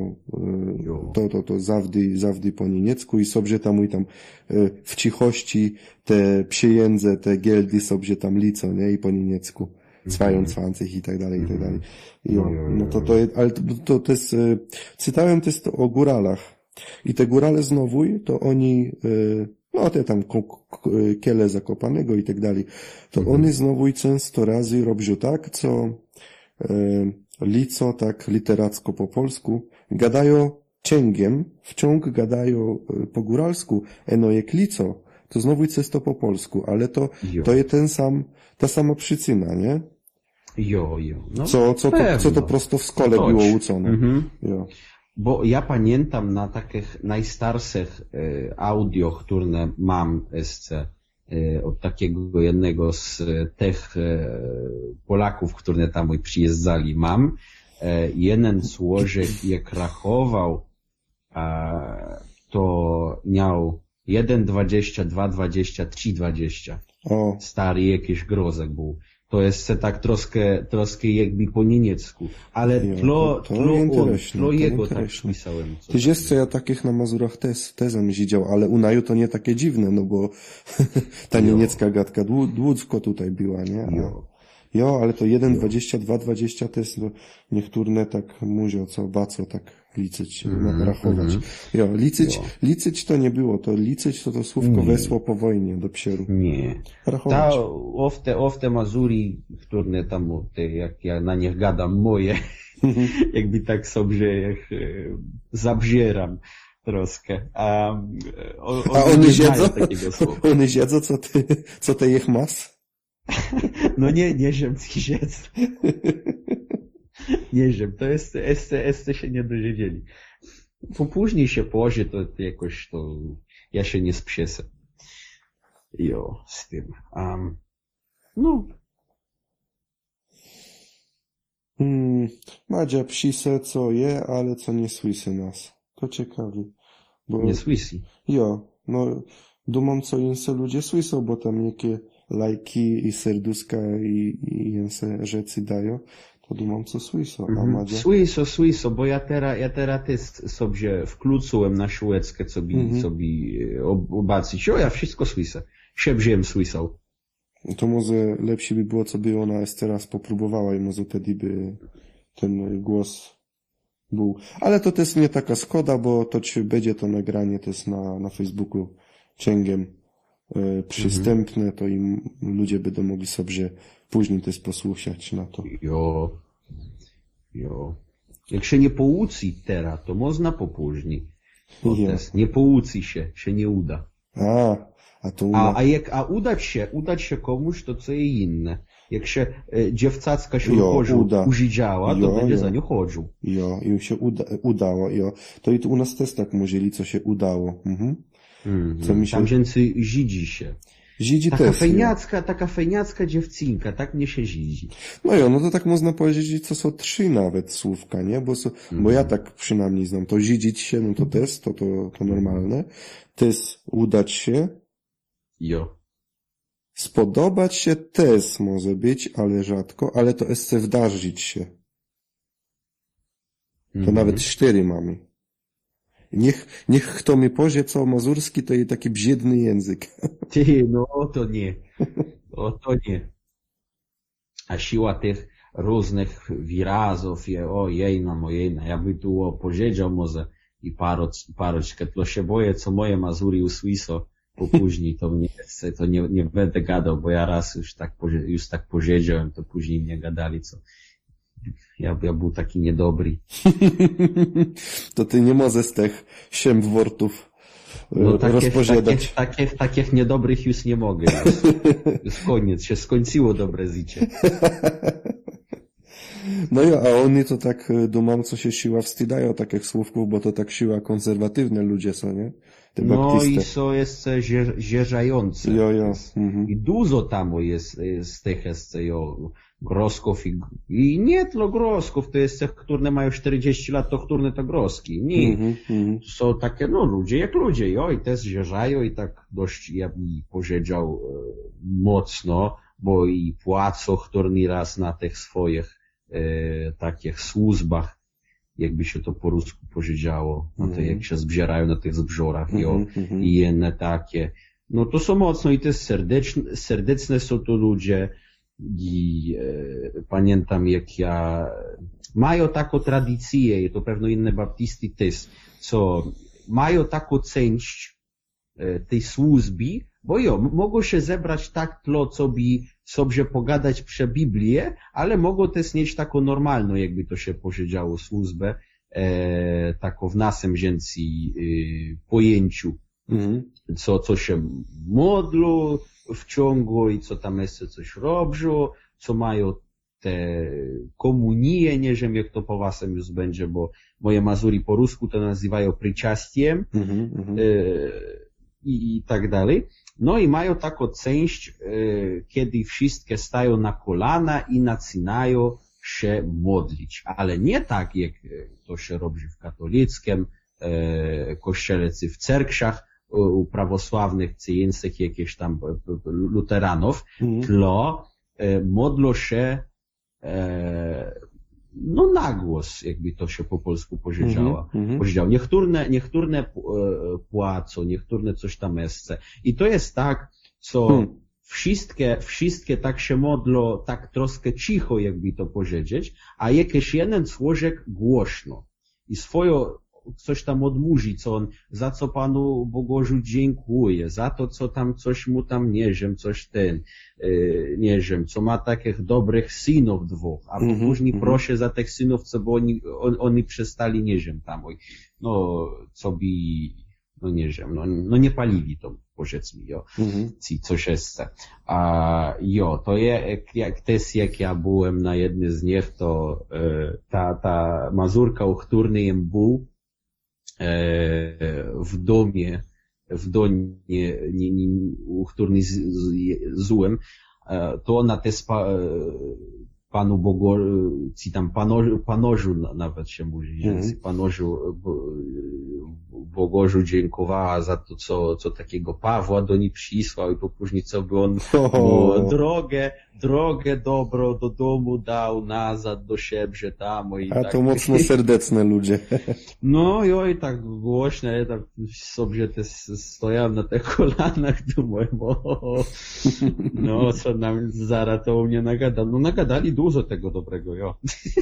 to zawdy po niemiecku i sobie tam w cichości te pieniądze, te geldy sobie tam licą, nie? I po niemiecku. 22 i tak dalej, i tak dalej. No ale to też, czytałem też o góralach. I te górale znowu, to oni, no te tam kiele Zakopanego i tak dalej, to oni znowu często razy robią tak, co lico, tak literacko po polsku, gadają cięgiem, wciąg gadają po góralsku, eno jak lico, to znowu często po polsku, ale to jest ta sama przyczyna, nie? No, co to prosto w szkole było uczone. Bo ja pamiętam na takich najstarszych audio, które mam od takiego jednego z tych Polaków, które tam przyjeżdżali, mam jeden człowiek, jak rachował, to miał 1,20, 2,20, 3,20. Stary jakiś grozek był. To jest tak troszkę jakby po niemiecku. Ale tlo jego tak pisałem. Tyś jeszcze ja takich na Mazurach też widział, ale u naju to nie takie dziwne, no bo ta niemiecka gadka dłudzko tutaj była, nie? Ale to 1,20, 2,20 też, no, niektóre tak mówią, baco tak liczyć, rachować. Liczyć to nie było, to liczyć to słówko wesło po wojnie dopiero. Nie. Rachować. Ofte Mazuri, które tam, jak ja na nich gadam, moje, jakby tak sobie jak zabzieram troszkę. A oni siedzą? Oni siedzą, co ty ich masz? No nie ziemski siedz. Nie wiem, to jest się nie dowiedzieli. Później się położy, to jakoś to ja się nie spiesę. Z tym. No. Madzia psise, co je, ale co nie słysy nas. To ciekawe. Bo... Nie słysy? No, dumam, co jęse ludzie słysą, bo tam niekie lajki i serduszka i jęse rzeczy dają. To dumam, co słysą. A Madzia? Słysą, bo ja teraz też sobie wkluczyłem na siłeczkę, co sobie obaczyć. Ja wszystko słyszę. Siebziem słyszał. To może lepszy by było, co by ona teraz popróbowała i może wtedy by ten głos był. Ale to też nie taka szkoda, bo to będzie to nagranie też na Facebooku cięgiem przystępne, to im ludzie będą mogli sobie później też posłuchać na to. Jak się nie pouczy teraz, to można po później. Nie pouczy się nie uda. A udać się komuś, to co jest inne. Jak się dziewcacka się użydziała, to będzie za nią chodził. I się udało, To i tu u nas też tak mówili, co się udało. Co mi się... Tam więcej zidzi się. Taka fejniacka dziewczynka, tak mnie się zidzi. No to tak można powiedzieć, co są 3 nawet słówka, nie? Bo ja tak przynajmniej znam. To zidzić się, no to też, to normalne. Też udać się. Spodobać się też może być, ale rzadko, ale to jest wdarzyć się. To nawet 4 mamy. Niech kto mi powie, co mazurski to jest taki brzydny język. To nie. To nie. A siła tych różnych wyrazów, mojejna. Ja by tu powiedział może i paroczkę, to się boję, co moje Mazury usłyszą po później, to nie będę gadał, bo ja raz już tak powiedziałem, to później mnie gadali, co ja był taki niedobry. To ty nie możesz z tych 7 wortów No rozpoziadać. Takich niedobrych już nie mogę. Już koniec, się skończyło dobre życie. No ja, a oni to tak dumam, co się siła wstydają takich słówków, bo to tak siła konserwatywne ludzie są, nie? Te no baptiste. I co jest zierzające. Jo. I dużo tam jest z tych grosków i nie tylko grosków, to jest tych, które mają 40 lat, to które to groski. Nie. Są takie, no ludzie jak ludzie, i też zjeżdżają i tak dość, ja bym powiedział, mocno, bo i płacą którny raz na tych swoich takich służbach, jakby się to po rusku powiedziało, no to jak się zbierają na tych zbrzorach, i inne takie. No to są mocno i też serdeczne są to ludzie i pamiętam jak ja mają taką tradycję, i to pewno inne baptisty też, co mają taką część tej służby, bo mogą się zebrać tak tlo, co by sobie pogadać przy Biblię, ale mogą też mieć taką normalną, jakby to się powiedziało, służbę, taką w naszym pojęciu, co się modlą w ciągu i co tam jeszcze coś robią, co mają te komunie, nie wiem jak to po wasem już będzie, bo moje Mazuri po rusku to nazywają pryczastiem, i tak dalej. No i mają taką część, kiedy wszystkie stają na kolana i zaczynają się modlić. Ale nie tak, jak to się robi w katolickim kościele, czy w cerkwiach, u prawosławnych, czy innych jakichś tam luteranów, tlo modlą się no na głos, jakby to się po polsku powiedziało. Niektóre płacą, niektóre coś tam jest. I to jest tak, co wszystkie tak się modlą, tak troszkę cicho, jakby to powiedzieć, a jakiś jeden człowiek głośno. I coś tam odmówi, co on, za co Panu Bogożu dziękuję, za to, co tam, coś mu tam, nie wiem, nie wiem, co ma takich dobrych synów dwóch, a później proszę za tych synów, co bo oni przestali, nie wiem, tam, no, co by, no nie wiem, no nie palili to, powiedzmy, ci coś jest. To jak ja byłem na jednym z nich, to ta mazurka, u której był, w domie, u którym złem, to ona też Panu ci tam panożu nawet się mówi, panożu Bogożu dziękowała za to, co takiego Pawła do niej przysłał i po później co by on drogę dobrą do domu dał, nazad do siebie tam. I a tak. to mocno serdeczne ludzie. No i tak głośno, ja tak sobie też stojałem na tych kolanach, думаю, no co nam zaraz to u mnie nagada. No nagadali dużo tego dobrego,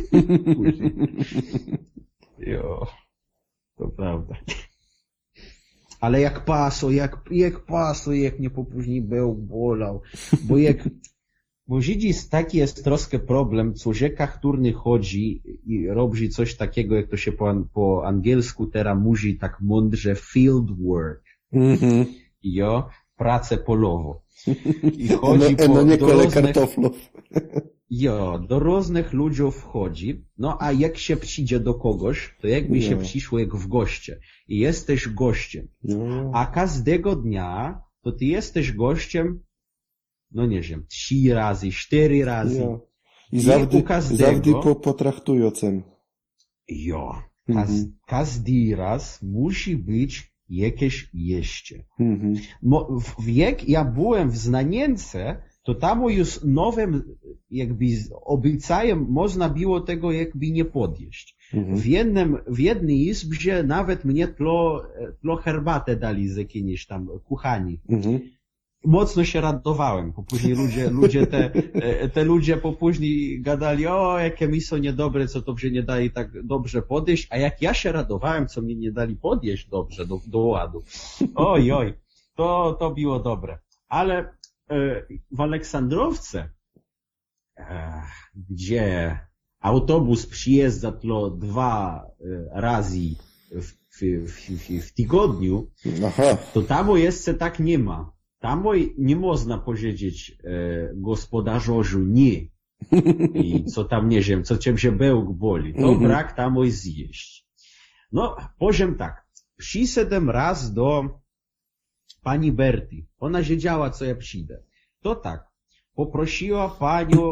to prawda. Ale jak paso, jak mnie później był bolał, bo Żydzi taki jest troszkę problem, człowieka, który chodzi i robi coś takiego, jak to się po angielsku teraz mówi tak mądrze, field work. Pracę polową. I chodzi nie kole kartoflów. Do różnych ludzi wchodzi, no a jak się przyjdzie do kogoś, to jakby się przyszło jak w goście. I jesteś gościem. A każdego dnia, to ty jesteś gościem, no nie wiem, 3 razy, 4 razy. I zawdy potraktują cen. Każdy raz musi być jakieś jeście. Jak ja byłem w Znanience, to tam już nowym jakby obiecajem można było tego jakby nie podjeść. W jednej izbie nawet mnie tlo herbatę dali z jakimiś tam kuchani. Mocno się radowałem, bo później te ludzie po później gadali, jakie mi są niedobre, co to mnie nie dali tak dobrze podjeść, a jak ja się radowałem, co mnie nie dali podjeść dobrze do ładu. To było dobre. Ale w Aleksandrowce, gdzie autobus przyjeżdża tlo 2 razy w tygodniu, Aha. to tam jeszcze tak nie ma. Tam nie można powiedzieć gospodarzu nie. I co tam nie wiem, co cię się bełk boli. To brak tam zjeść. No, powiem tak. Przyszedłem raz do pani Berty. Ona wiedziała, co ja przyjdę. To tak. Poprosiła panią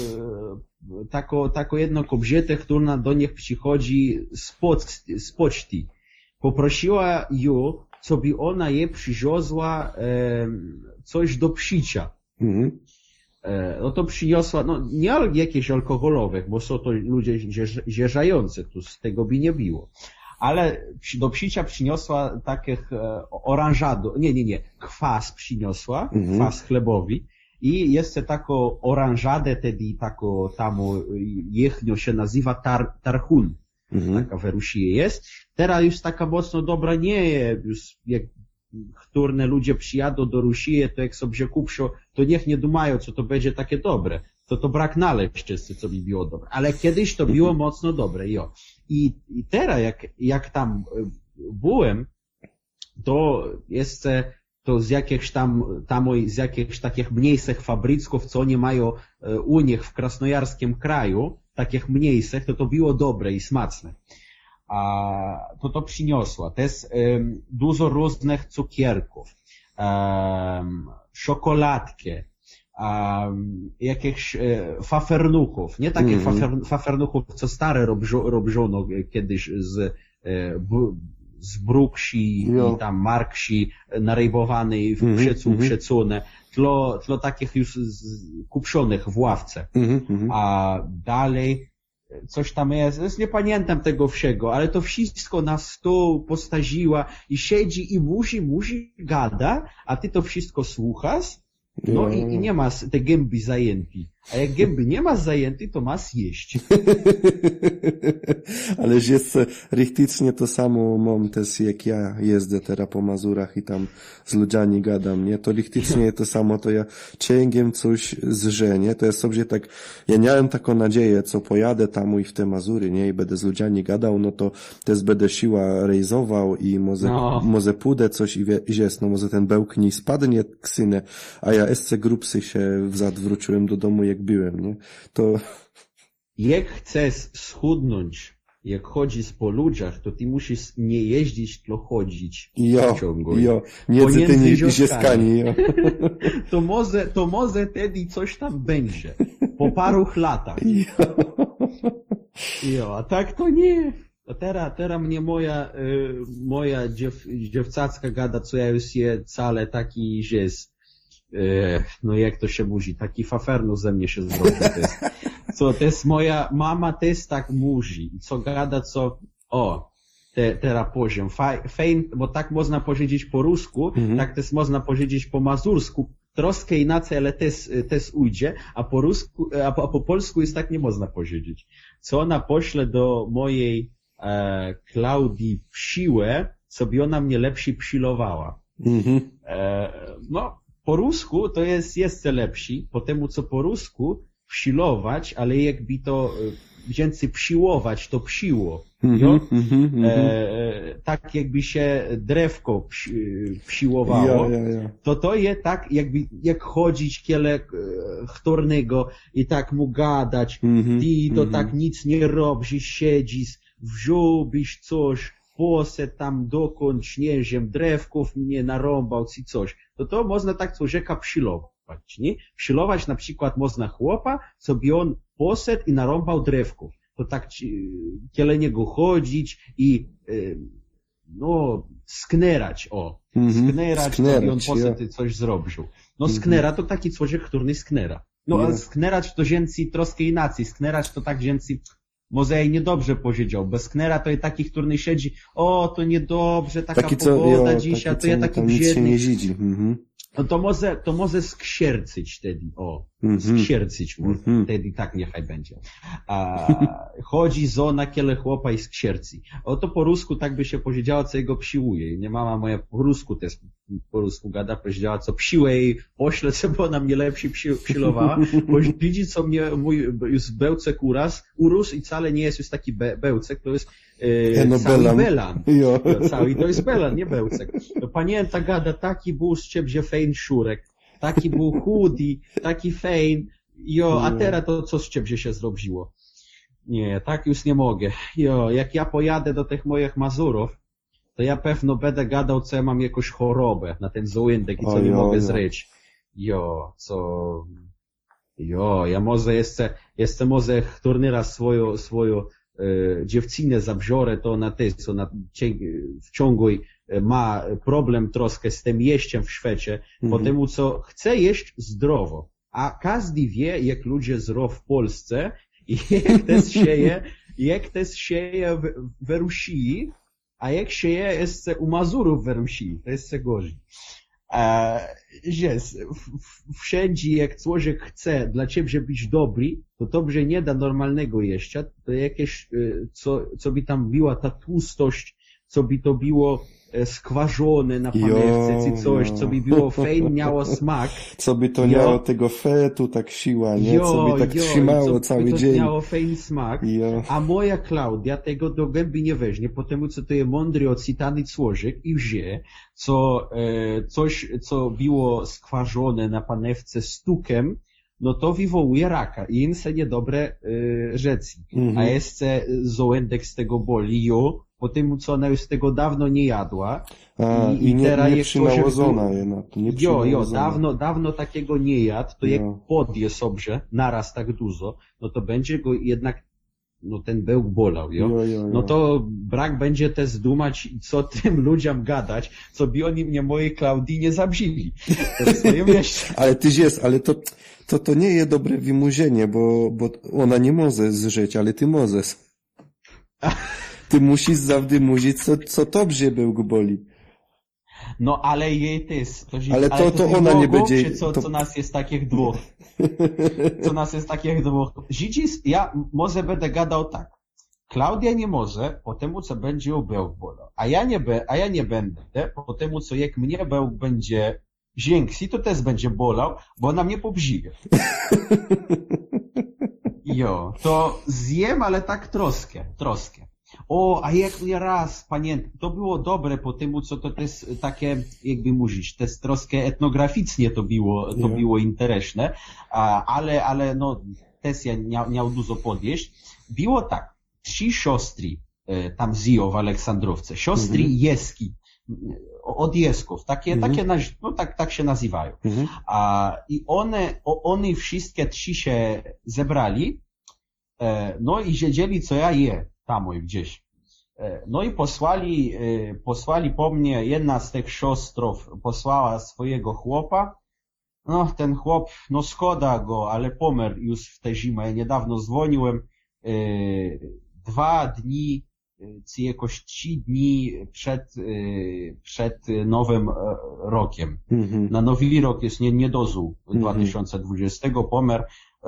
taką jedną kobietę, która do nich przychodzi z poczty. Poprosiła ją, co by ona jej przywiozła coś do picia. No to przyniosła, no nie jakieś alkoholowych, bo są to ludzie zjeżdżający, tu z tego by nie było. Ale do picia przyniosła takich oranżadu, nie, kwas przyniosła, kwas chlebowy. I jeszcze taką oranżadę, tedy taką tam jechnią się nazywa tarhun. Taka w Rusji jest. Teraz już taka mocno dobra nie jest. Już jak którne ludzie przyjadą do Rusji, to jak sobie kupią, to niech nie dumają, co to będzie takie dobre. To brak naleźć jeszcze, co by było dobre. Ale kiedyś to było mocno dobre, jo. I teraz jak tam byłem, to jeszcze to z jakichś z jakichś takich mniejszych fabryków, co oni mają u nich w krasnojarskim kraju, takich mniejszych, to było dobre i smaczne. A to przyniosła. To jest dużo różnych cukierków, czekoladki, jakichś fafernuchów, nie takich fafernuchów, co stare robiono kiedyś z bruksi i tam marksi narejbowany i przecune, tlo takich już kupionych w ławce. A dalej coś tam jest, nie pamiętam tego wszego, ale to wszystko na stół postawiła i siedzi i musi gada, a ty to wszystko słuchasz, no i nie masz te gęby zajęty. A jak gęby nie masz zajęty, to masz jeść. Ależ jest rychtycznie to samo mam też, jak ja jezdę teraz po Mazurach i tam z ludziami gadam, nie? To rychtycznie to samo, to ja cięgiem coś zrze, nie? To jest sobie tak, ja miałem taką nadzieję, co pojadę tam i w te Mazury, nie? I będę z ludziami gadał, no to też będę siła rejzował i może pójdę coś i jest, no może ten bełk nie spadnie ksynę, a ja jeszcze grubszy się vzad wróciłem do domu, jak byłem, nie? To... Jak chcesz schudnąć, jak chodzisz po ludziach, to ty musisz nie jeździć, tylko chodzić w ciągu. Między tymi zieskami, To może wtedy coś tam będzie. Po paru latach. A tak to nie. A teraz mnie moja dziewcacka gada, co ja już je wcale taki jest. No jak to się musi, taki fafernu ze mnie się zrobił. To jest moja mama też tak musi. I co gada, co, teraz poziom. Fajn, bo tak można powiedzieć po rusku, tak też można powiedzieć po mazursku. Troszkę inaczej, ale też ujdzie, a po rusku, a po polsku jest tak nie można powiedzieć. Co ona pośle do mojej Klaudii w siłę, sobie ona mnie lepsi psilowała. No, po rusku to jest jeszcze lepsi, po temu co po rusku psilować, ale jakby to więcej psiłować, to psiło. Tak jakby się drewko psiłowało, to jest tak jakby, jak chodzić kiele chtornego i tak mu gadać, ty to tak nic nie robisz, siedzisz, wziąłbyś coś, poszedł tam dokądś, nie wiem, drewków nie narąbał ci coś, to można tak człowieka psilować, nie? Psilować na przykład można chłopa, sobie on poszedł i narąbał drewków. To tak kiele niego chodzić i sknerać, sknerać, żeby on poszedł i coś zrobił. No sknera to taki człowiek, który sknera. No a sknerać to zięcy troszkę inaczej, sknerać to tak zięcy, może ja niedobrze powiedział, bez knera to jest taki, który siedzi, to niedobrze, taka taki, pogoda dzisiaj, to ja taki brzydny. No to może skrzercyć wtedy, z Ksiercyć, wtedy tak niechaj będzie. Chodzi zona kiele chłopa i z Ksiercy. Oto po rusku tak by się powiedziało, co jego psiłuje. Nie mama moja po rusku też po rusku gada, powiedziała, co psiłuje i pośle, co bo ona mnie lepszy psilowała, bo widzi, co mnie mój już bełcek urósł i wcale nie jest już taki bełcek, to jest cały belan. Cały to jest belan, nie bełcek. To panienta gada, taki był z ciebie fejn szurek, taki był chudy, taki fejn, a teraz to co z ciebie się zrobiło? Nie, tak już nie mogę. Jak ja pojadę do tych moich Mazurów, to ja pewno będę gadał, co ja mam jakąś chorobę na ten zołędek i co nie mogę zryć. Ja może jeszcze może którny raz swoją dziewczynę zabiorę, to ona też, ona w ciągłej ma problem troszkę z tym jeściem w świecie, po temu, co chce jeść zdrowo. A każdy wie, jak ludzie zdrowo w Polsce i jak to sieje w Rusji, a jak sieje jeszcze u Mazurów w Rusji. To jest gorzej. Wszędzie jak człowiek chce dla ciebie być dobry, to dobrze nie da normalnego jeścia, to jakieś, co by tam była ta tłustość, co by to było skwarzone na panewce, czy coś, co by było fajnie, miało smak. Co by to miało tego fetu, tak siła, nie? Co by tak trzymało cały dzień. To miało fajny smak. A moja Klaudia tego do gęby nie weźmie, po temu, co to jest mądry, ocytany człowiek i wzię, coś, co było skwarzone na panewce stukiem, no to wywołuje raka i inne niedobre rzeczy. A jeszcze zołędek z tego boli, po tym, co ona już tego dawno nie jadła. I teraz nie przynałożona je na to. Dawno takiego nie jadł, to jak podje sobie naraz tak dużo, no to będzie go jednak, no ten bełk bolał, no to brak będzie też zdumać, co tym ludziom gadać, co by oni mnie mojej Klaudii nie zabrzili. Ale ale to nie jest dobre wymurzenie, bo ona nie może zżyć, ale ty możesz. Ty musisz zawsze mówić, co dobrze bełk boli. No ale jej też. Ale to ona nie będzie. Co nas jest takich dwóch. Co nas jest takich dwóch. Żydzis, ja może będę gadał tak. Klaudia nie może, po temu, co będzie u bełk bolał. A ja nie będę, po temu, co jak mnie bełk będzie większy, to też będzie bolał, bo ona mnie pobrzije. To zjem, ale tak troskę. A jak nie raz, pamiętam, to było dobre po temu, co to też takie, jakby mówić, też troszkę etnograficznie to było interesne, ale no, też ja miał dużo podjeść. Było tak, 3 siostry tam żyją w Aleksandrowce, siostry Jeski, od Jesków, takie, no tak się nazywają. I one wszystkie 3 się zebrali, no i siedzieli, co ja je. Tam gdzieś. No i posłali po mnie, jedna z tych siostrów posłała swojego chłopa. No, ten chłop, no szkoda go, ale pomerł już w tę zimę. Ja niedawno dzwoniłem, 2 dni, czy jakoś 3 dni przed Nowym Rokiem. Na Nowy Rok jest nie dożył 2020, pomerł.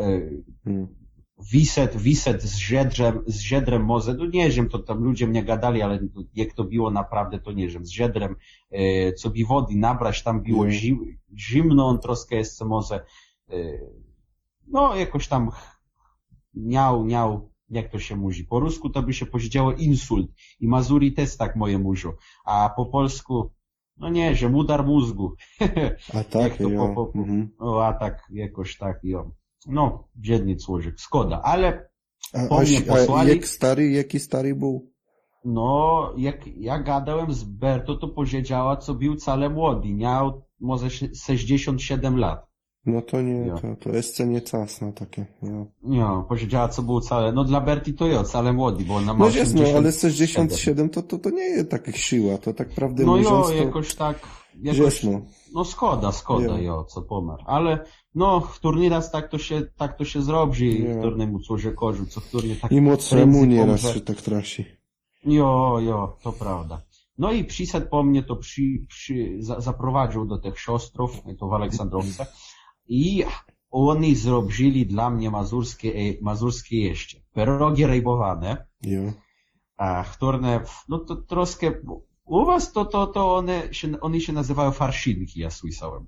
Wiset z Ziedrem może, no nie wiem, to tam ludzie mnie gadali, ale jak to było naprawdę, to nie wiem, z Ziedrem, co by wody nabrać, tam było zimno, on troszkę jeszcze może, no jakoś tam miał, jak to się mówi, po rusku to by się powiedziało insult i Mazuri też tak moje mówią, a po polsku, no nie wiem, udar mózgu. A tak, a tak, jakoś tak, No, biedny człowiek, szkoda, ale po mnie posłali... Jaki stary był? No, jak ja gadałem z Berto, to powiedziała, co był wcale młody, miał może 67 lat. No to nie, to jeszcze nie czas na takie, Nie, powiedziała, co był wcale, no dla Berti to jest wcale młody, bo ona ma 87. No ale 67 to nie jest taka siła, to tak prawdę no mówiąc, to... jakoś tak, no szkoda, co pomarł, ale no, w turnieraz tak to się zrobi, którnemu człowiekowi, co turnie tak... I mocnemu nieraz się tak trasi. To prawda. No i przyszedł po mnie, to zaprowadził do tych siostrów, to w Aleksandrowce, i oni zrobili dla mnie mazurskie jeździe. Pierogi rejbowane, Jo. które, no to troszkę, u was to one się nazywają farszynki, ja słyszałem.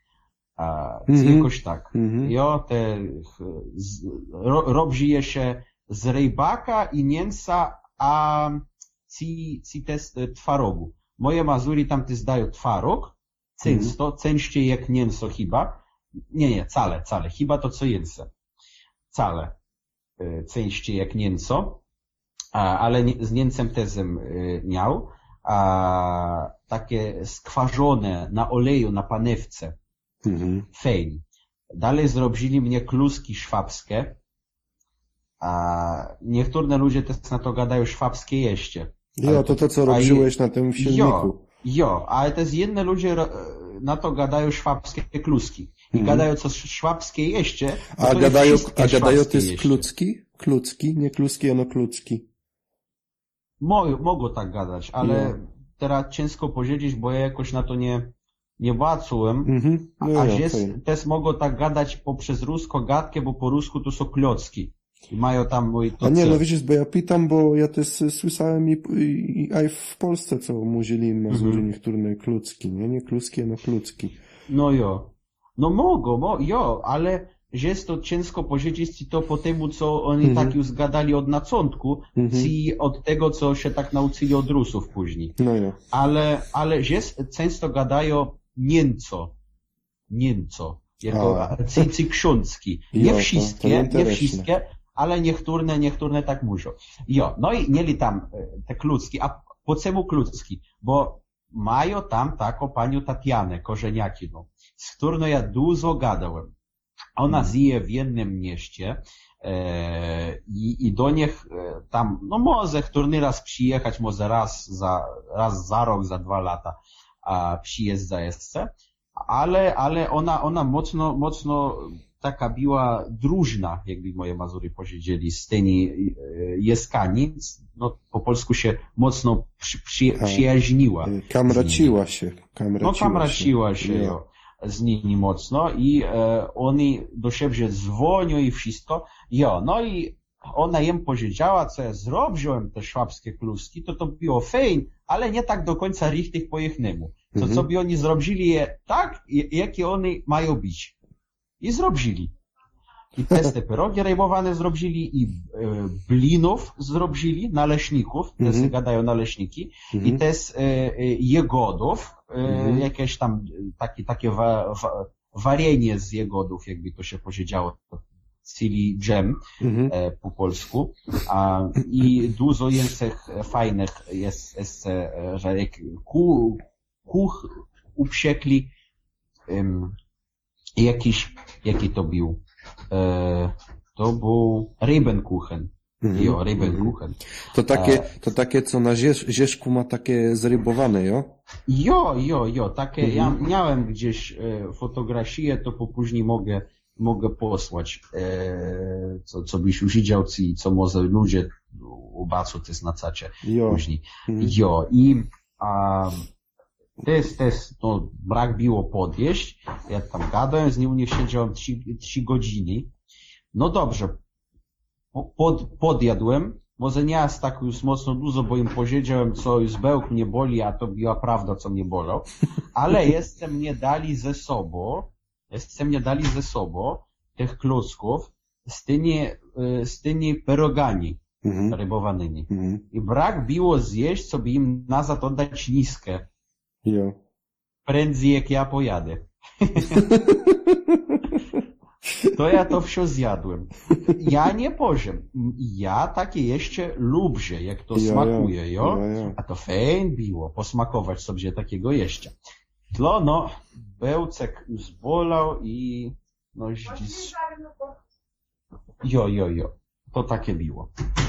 Jakoś tak. Jo, robi je się z rejbaka i mięsa, a ci też twarogu. Moje Mazury tam też dają twarog, częściej jak mięso chyba. Nie, cale. Chyba to co mięso. Cale. Częściej jak mięso. Ale z mięsem też miał. Takie skwarzone na oleju, na panewce. Fejn. Dalej zrobili mnie kluski szwabskie. Niektóre ludzie też na to gadają szwabskie jeście. Jo, to co robiłeś na tym silniku. Jo, ale też inne ludzie na to gadają szwabskie kluski. I gadają co szwabskie jeście. A gadają też klucki? Klucki, nie kluski, ono klucki. Mogą tak gadać, ale teraz ciężko powiedzieć, bo ja jakoś na to nie patrzyłem. Też mogą tak gadać poprzez rusko gadkę, bo po rusku to są klocki. I mają tam A nie, no widzisz, bo ja pytam, bo ja też słyszałem i w Polsce, co mówili Mazury niektóre klucki, nie kluski, no klucki. No jo. No mogą, ale że jest to ciężko powiedzieć to po temu, co oni tak już zgadali od naczątku, i od tego, co się tak nauczyli od Rusów później. No jo. Ale że często gadają niemco. Jako ci książki. Nie wszystkie, ale niektóre tak muszą. Jo, no i mieli tam te klucki, a po czemu klucki? Bo mają tam taką panią Tatianę Korzeniakinu, z którą ja dużo gadałem. Ona żyje w jednym mieście i do nich tam, no może którny raz przyjechać, może raz za rok, za 2 lata przyjeżdża jeszcze, ale ona mocno taka była drużna, jakby moje Mazury powiedzieli, z tymi jeskani, no po polsku się mocno przyjaźniła. Kamraciła się. Kamraciła się z nimi mocno i oni do siebie dzwonią i wszystko. No i ona im powiedziała, co ja zrobiłem te szwabskie kluski, to było fajn, ale nie tak do końca richtig po jechnemu. Co by oni zrobili je tak, jakie one mają być. I zrobili. I też te pierogi rejmowane zrobili, i blinów zrobili, naleśników, też gadają naleśniki, i też jegodów, jakieś tam takie warienie z jegodów, jakby to się powiedziało, czyli dżem po polsku. I dużo język fajnych jest, że jak kuch upsiekli, jaki to był? To był Rebenkuchen. Rebenkuchen. To takie, co na zieszku ma takie zrybowane, jo? Jo, takie, ja miałem gdzieś fotografię, to później mogę posłać, co byś już widział, co może ludzie zobaczą też na czacie później. I też, no, brak było podjeść. Ja tam gadałem z nim, u nich siedziałem 3 godziny. No dobrze, podjadłem. Może nie aż tak już mocno dużo, bo im powiedziałem, co już bełk mnie boli, a to była prawda, co mnie bolał. Ale jeszcze mnie dali ze sobą tych klocków z tymi pierogami rybowanymi. I brak było zjeść, co by im nazad oddać niskę. Jo. Prędzej jak ja pojadę. To ja to wszystko zjadłem. Ja nie powiem. Ja takie jeszcze lubię, jak to smakuje, jo? A to fajnie było, posmakować sobie takiego jeszcze. No, bełcek zbolał i no dziś... Jo. To takie było.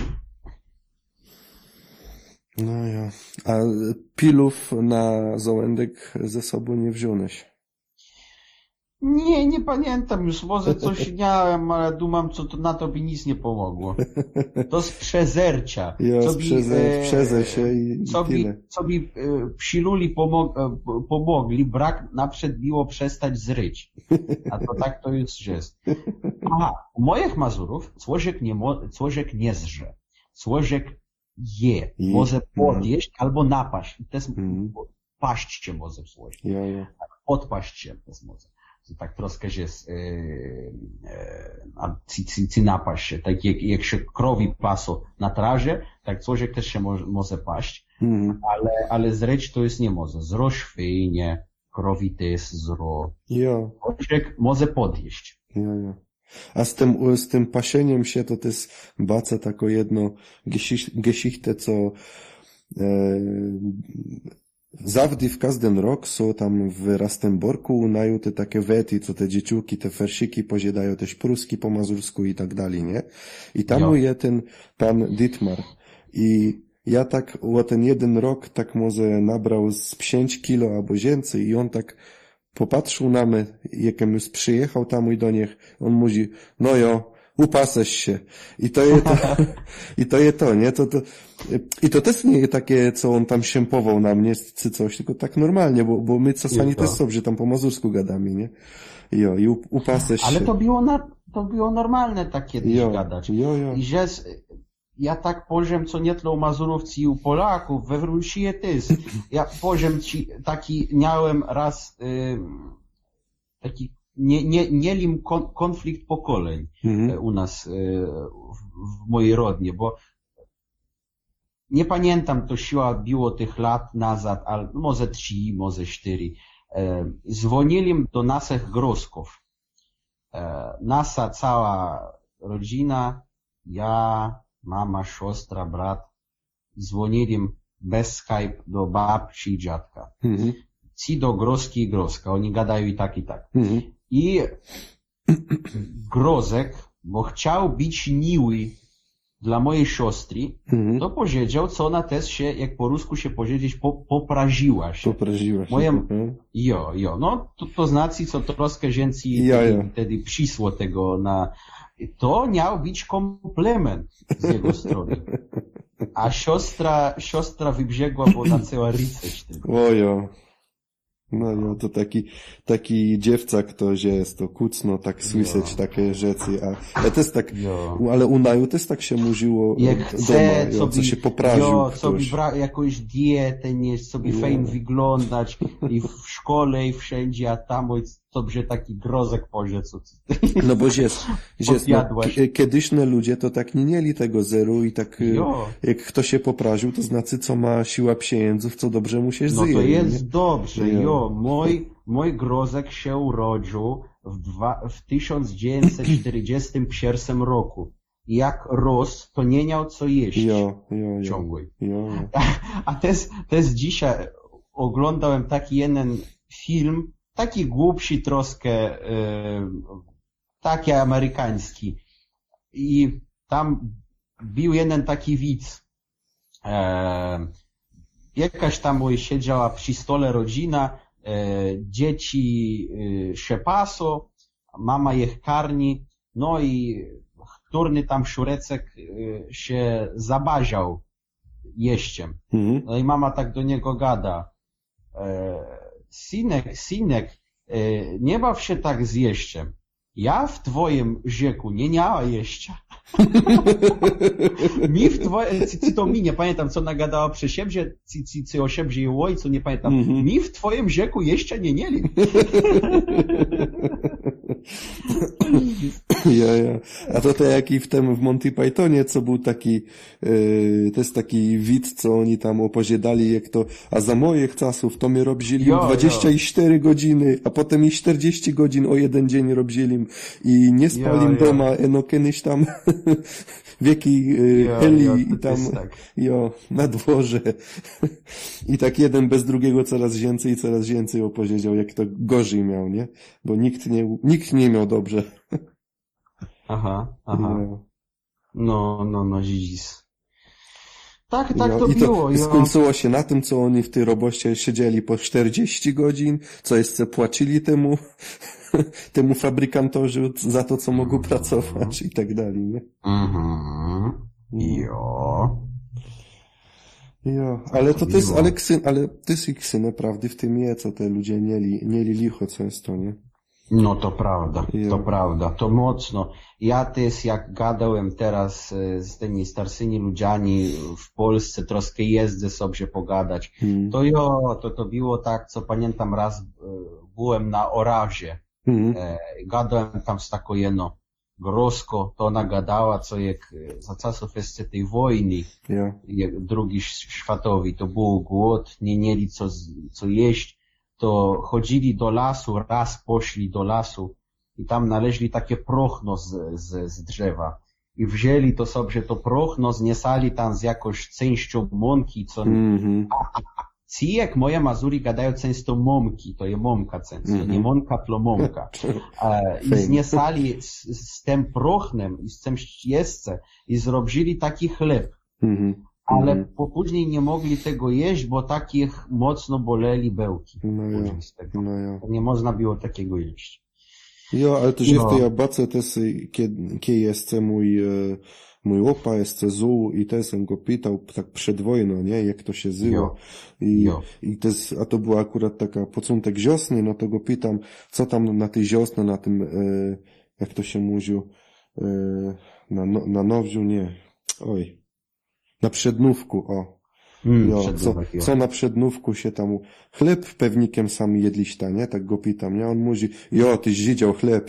No ja. A pilów na zołędek ze sobą nie wziąłeś? Nie pamiętam już, może coś miałem, ale dumam, co to na to by nic nie pomogło. To z przezercia. Jo, przeze się i tyle. Co by psiluli pomogli, brak naprzed było przestać zryć. A to tak to już jest. Aha, u moich Mazurów człowiek nie zrze. Człowiek je. Może podjeść albo napaść. I to jest paść się może w słowie. Jo. Odpaść się to jest może. Tak troszkę jest ci napaść się. Tak jak się krowi paso na trawie, tak człowiek też się może paść. Ale zreć to jest nie może. Zro świnie, krowi też zro. Człowiek może podjeść. Jo. A z tym pasieniem się to jest baca tako jedno geschichte, co zawdy w każdym rok są tam w Rastenborku unają te takie wety, co te dzieciuki, te fersiki poziedają też pruski po mazursku i tak dalej, nie? I tam jest ten pan Dietmar. I ja tak o ten jeden rok tak może nabrał z 5 kilo albo więcej i on tak popatrzył na mnie, jakem już przyjechał tam i do nich, on mówi, no jo, upasesz się. I to jest to, nie? I to też nie jest takie, co on tam siępował na mnie, czy coś, tylko tak normalnie, bo my czasami też sobie tam po mazursku gadamy, nie? Jo, i upasesz się. Ale to było normalne tak kiedyś gadać. I że ja tak powiem, co nie tyle u Mazurów, i u Polaków, we Rusji też. Ja powiem ci, taki miałem raz, taki nielim konflikt pokoleń u nas w mojej rodnie, bo nie pamiętam, to siła było tych lat nazad, ale może 3, może 4. Dzwonili do naszych grosków. Nasza cała rodzina, ja, mama, siostra, brat, dzwonili bez Skype do babci i dziadka. Ci do groski i groska, oni gadają i tak, i tak. I grozek, bo chciał być miły dla mojej siostry, to powiedział, co ona też się, jak po rusku się powiedzieć, popraziła się. No, to znaczy, co troszkę więcej wtedy przysło tego na... To miał być komplement z jego strony. A siostra wybiegła, bo na cała rycerz. Ojo. No jo, to taki dziewczak to jest, to kucno, tak słyszeć takie rzeczy, a też tak, ale u Naju też tak się mówiło doma, co się poprawił ktoś. Co by brał jakąś dietę, nie, co by fajnie wyglądać i w szkole i wszędzie, a tam to by się taki grozek pożyczył. No bo kiedyśne ludzie to tak nie mieli tego zeru i tak jak kto się poprawił, to znaczy co ma siła pieniędzów, co dobrze mu się zje. No to jest dobrze, mój grozek się urodził w 1941 roku. I jak rósł, to nie miał co jeść ciągłej. A też dzisiaj oglądałem taki jeden film, taki głupszy troszkę, taki amerykański. I tam był jeden taki widz. Jakaś tam siedziała przy stole rodzina, dzieci się pasą, mama ich karmi, no i którny tam szurecek się zabaział jeściem. No i mama tak do niego gada, synek, nie baw się tak z jeściem. Ja w twoim wieku nie miała jeścia. Nie pamiętam, co nagadała przy siebie, czy o siebie i o ojcu, nie pamiętam. Mi w twoim wieku jeścia nie mieli. A to jak i w Monty Pythonie, co był taki, też taki widz, co oni tam opowiadali, jak to, a za moich czasów to my robili 24 godziny, a potem i 40 godzin o jeden dzień robili i nie spali doma, no kiedyś tam wieki heli i tam, na dworze. I tak jeden bez drugiego coraz więcej opowiedział, jak to gorzej miał, nie? Bo nikt nie miał dobrze. Aha. No, dziś. Tak Jo, to i to było, jo. skończyło się na tym, co oni w tej robocie siedzieli po 40 godzin, co jeszcze płacili temu fabrykantorzy za to, co mogą pracować i tak dalej, nie? Jo. Jo, ale to jest, ale to jest ich syn, prawdy w tym je, co te ludzie mieli licho często, nie? No to prawda, Jo. to prawda, to mocno. Ja też jak gadałem teraz z tymi starszymi ludziami w Polsce, troszkę jeżdżę sobie pogadać, to było tak, co pamiętam raz byłem na Orazie, gadałem tam z taką jedno Grosko, to ona gadała, co jak za czasów jeszcze tej wojny, drugi światowej, to był głód, nie mieli co jeść, to chodzili do lasu, raz poszli do lasu i tam znaleźli takie prochno z drzewa. I wzięli to sobie, to prochno zniesali tam z jakąś częścią mąki, co... Ci, jak moje Mazuri gadają często momki, to jest momka często, nie monka, to momka. I zniesali z tym prochnem i z tym jeszcze i zrobili taki chleb. Ale później nie mogli tego jeść, bo takich mocno boleli bełki. Nie można było takiego jeść. Jo, ale to, że w tej abace też, kiedy jeszcze mój opa jest zół i też jsem go pytał tak przed wojną, nie, jak to się zyło. I też, a to była akurat taka początek wiosny, no to go pytam, co tam na tej wiosny, na tym, jak to się mówił, na nowziu, nie, na przednówku, co na przednówku się tam, chleb pewnikiem sami jedliście, nie? Tak go pytam, nie? On mówi, tyś zdział chleb.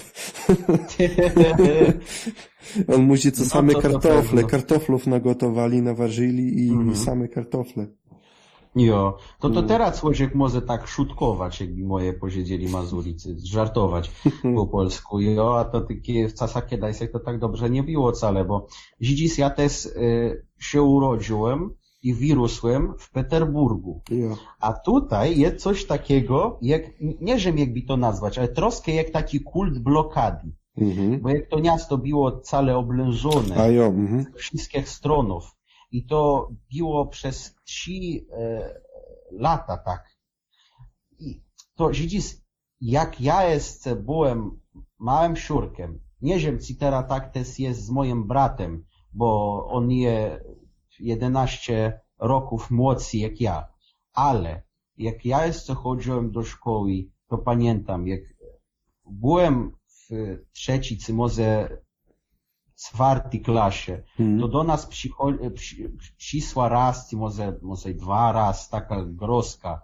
On mówi, co same kartofle, kartoflów nagotowali, naważyli i same kartofle. Jo, to teraz człowiek może tak szutkować, jakby moje powiedzieli Mazuricy, żartować po polsku. Jo, a to takie w czasach kiedajsek to tak dobrze nie było wcale, bo dziś ja też się urodziłem i wyrosłem w Peterburgu. A tutaj jest coś takiego, jak, nie wiem jakby to nazwać, ale troszkę jak taki kult blokady. Bo jak to miasto było całe oblężone z wszystkich stronów i to było przez 3 lata tak. I to widzisz, jak ja jeszcze byłem małym siurkiem, nie wiem, czy teraz tak też jest z moim bratem, bo on jest 11 roków młodszy jak ja, ale jak ja jeszcze chodziłem do szkoły, to pamiętam, jak byłem w 3. czy może 4. klasie, to do nas przyszła raz, czy może 2 razy taka groska,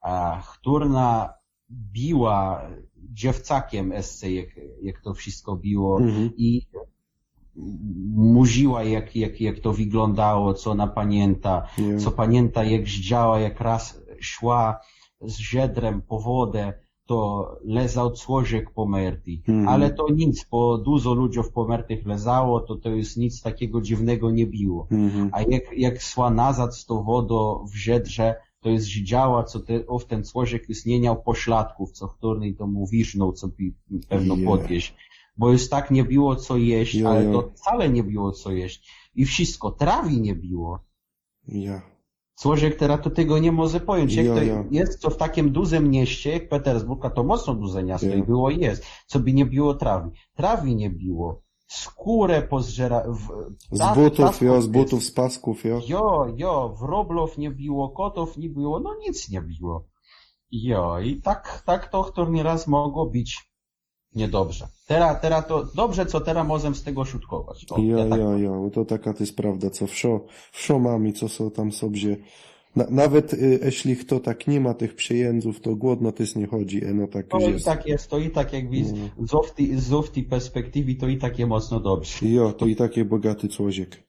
która biła dziewcakiem SC, jak to wszystko biło i mówiła, jak to wyglądało, co ona pamięta, co pamięta, jak zdziała, jak raz szła z żedrem po wodę, to lezał człowiek pomerty. Ale to nic, bo dużo ludzi pomertych lezało, to już nic takiego dziwnego nie było. A jak szła nazad z tą wodą w żedrze, to jest działa, co ten człowiek już nie miał pośladków, co wtórny to mu wisznął, co pewno podjeść. Bo już tak nie było co jeść, ale to wcale nie było co jeść. I wszystko, trawi nie było. Człowiek teraz to tego nie może pojąć. Jak to jest to w takim dużym mieście, jak Petersburg, a to mocno duże miasto i było i jest, co by nie było trawi. Trawi nie było. Skórę pozżera... Z butów, z pasków, w roblów nie było, kotów nie było, no nic nie było. I tak to którny raz mogło być niedobrze. Teraz to dobrze, co teraz możemy z tego szutkować. To taka to jest prawda, co wszo mamy, co są tam sobie. Nawet jeśli kto tak nie ma tych przyjędzów, to głodno też nie chodzi. No tak to jest. I tak jest, to i tak jakby z tej perspektywy, to i takie mocno dobrze. To i takie bogaty człowiek.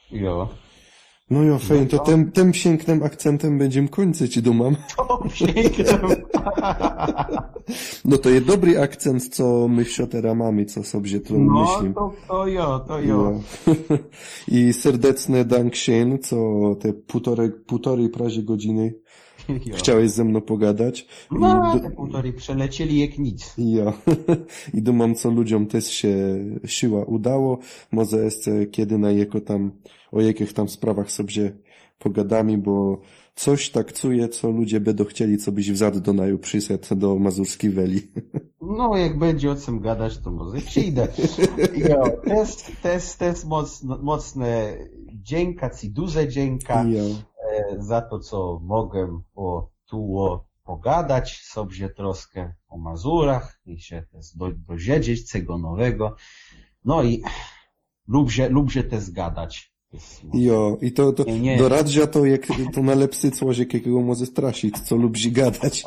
No fajnie, to tym pięknym akcentem będziemy kończyć, dumam. To pięknym. No to jest dobry akcent, co my teraz mamy, co sobie tu myślimy. To jo. I serdeczne dank się, co te półtorej prawie godziny Jo. Chciałeś ze mną pogadać? No, te półtorej przelecieli jak nic. Ja. I думam, co ludziom też się siła udało. Może jeszcze kiedy o jakich tam sprawach sobie pogadamy, bo coś tak czuję, co ludzie będą chcieli, co byś wzad do naju przyszedł do Mazurskiej Weli. No, jak będzie o czym gadać, to może przyjdę. Jo, też mocne dzięka, ci duże dzięka za to, co mogę pogadać sobie troszkę o Mazurach i się też dowiedzieć czego nowego. No i lubię też gadać. Jo, i to nie. doradzia to, jak to najlepszy człowiek, jakiego może straszyć, co lubi gadać.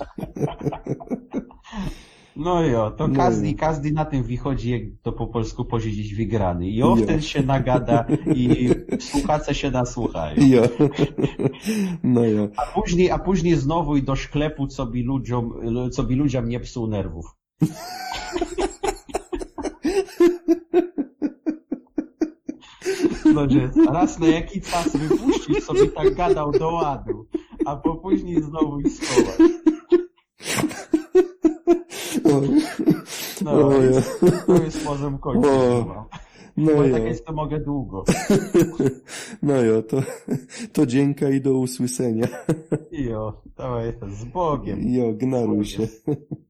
No jo, to każdy na tym wychodzi, jak to po polsku powiedzieć wygrany. I wtedy się nagada i słuchacze się nasłuchają. Jo. No jo. A później znowu i do sklepu, co by ludziom nie psuł nerwów. No, że raz na jaki czas wypuścić sobie tak gadał do ładu, a po później znowu i schować. No, to jest możem kończyć. No bo jo. tak jest, to mogę długo. No jo, to dzięka i do usłyszenia. Jo, dawaj, z Bogiem. Jo, gnaruj się.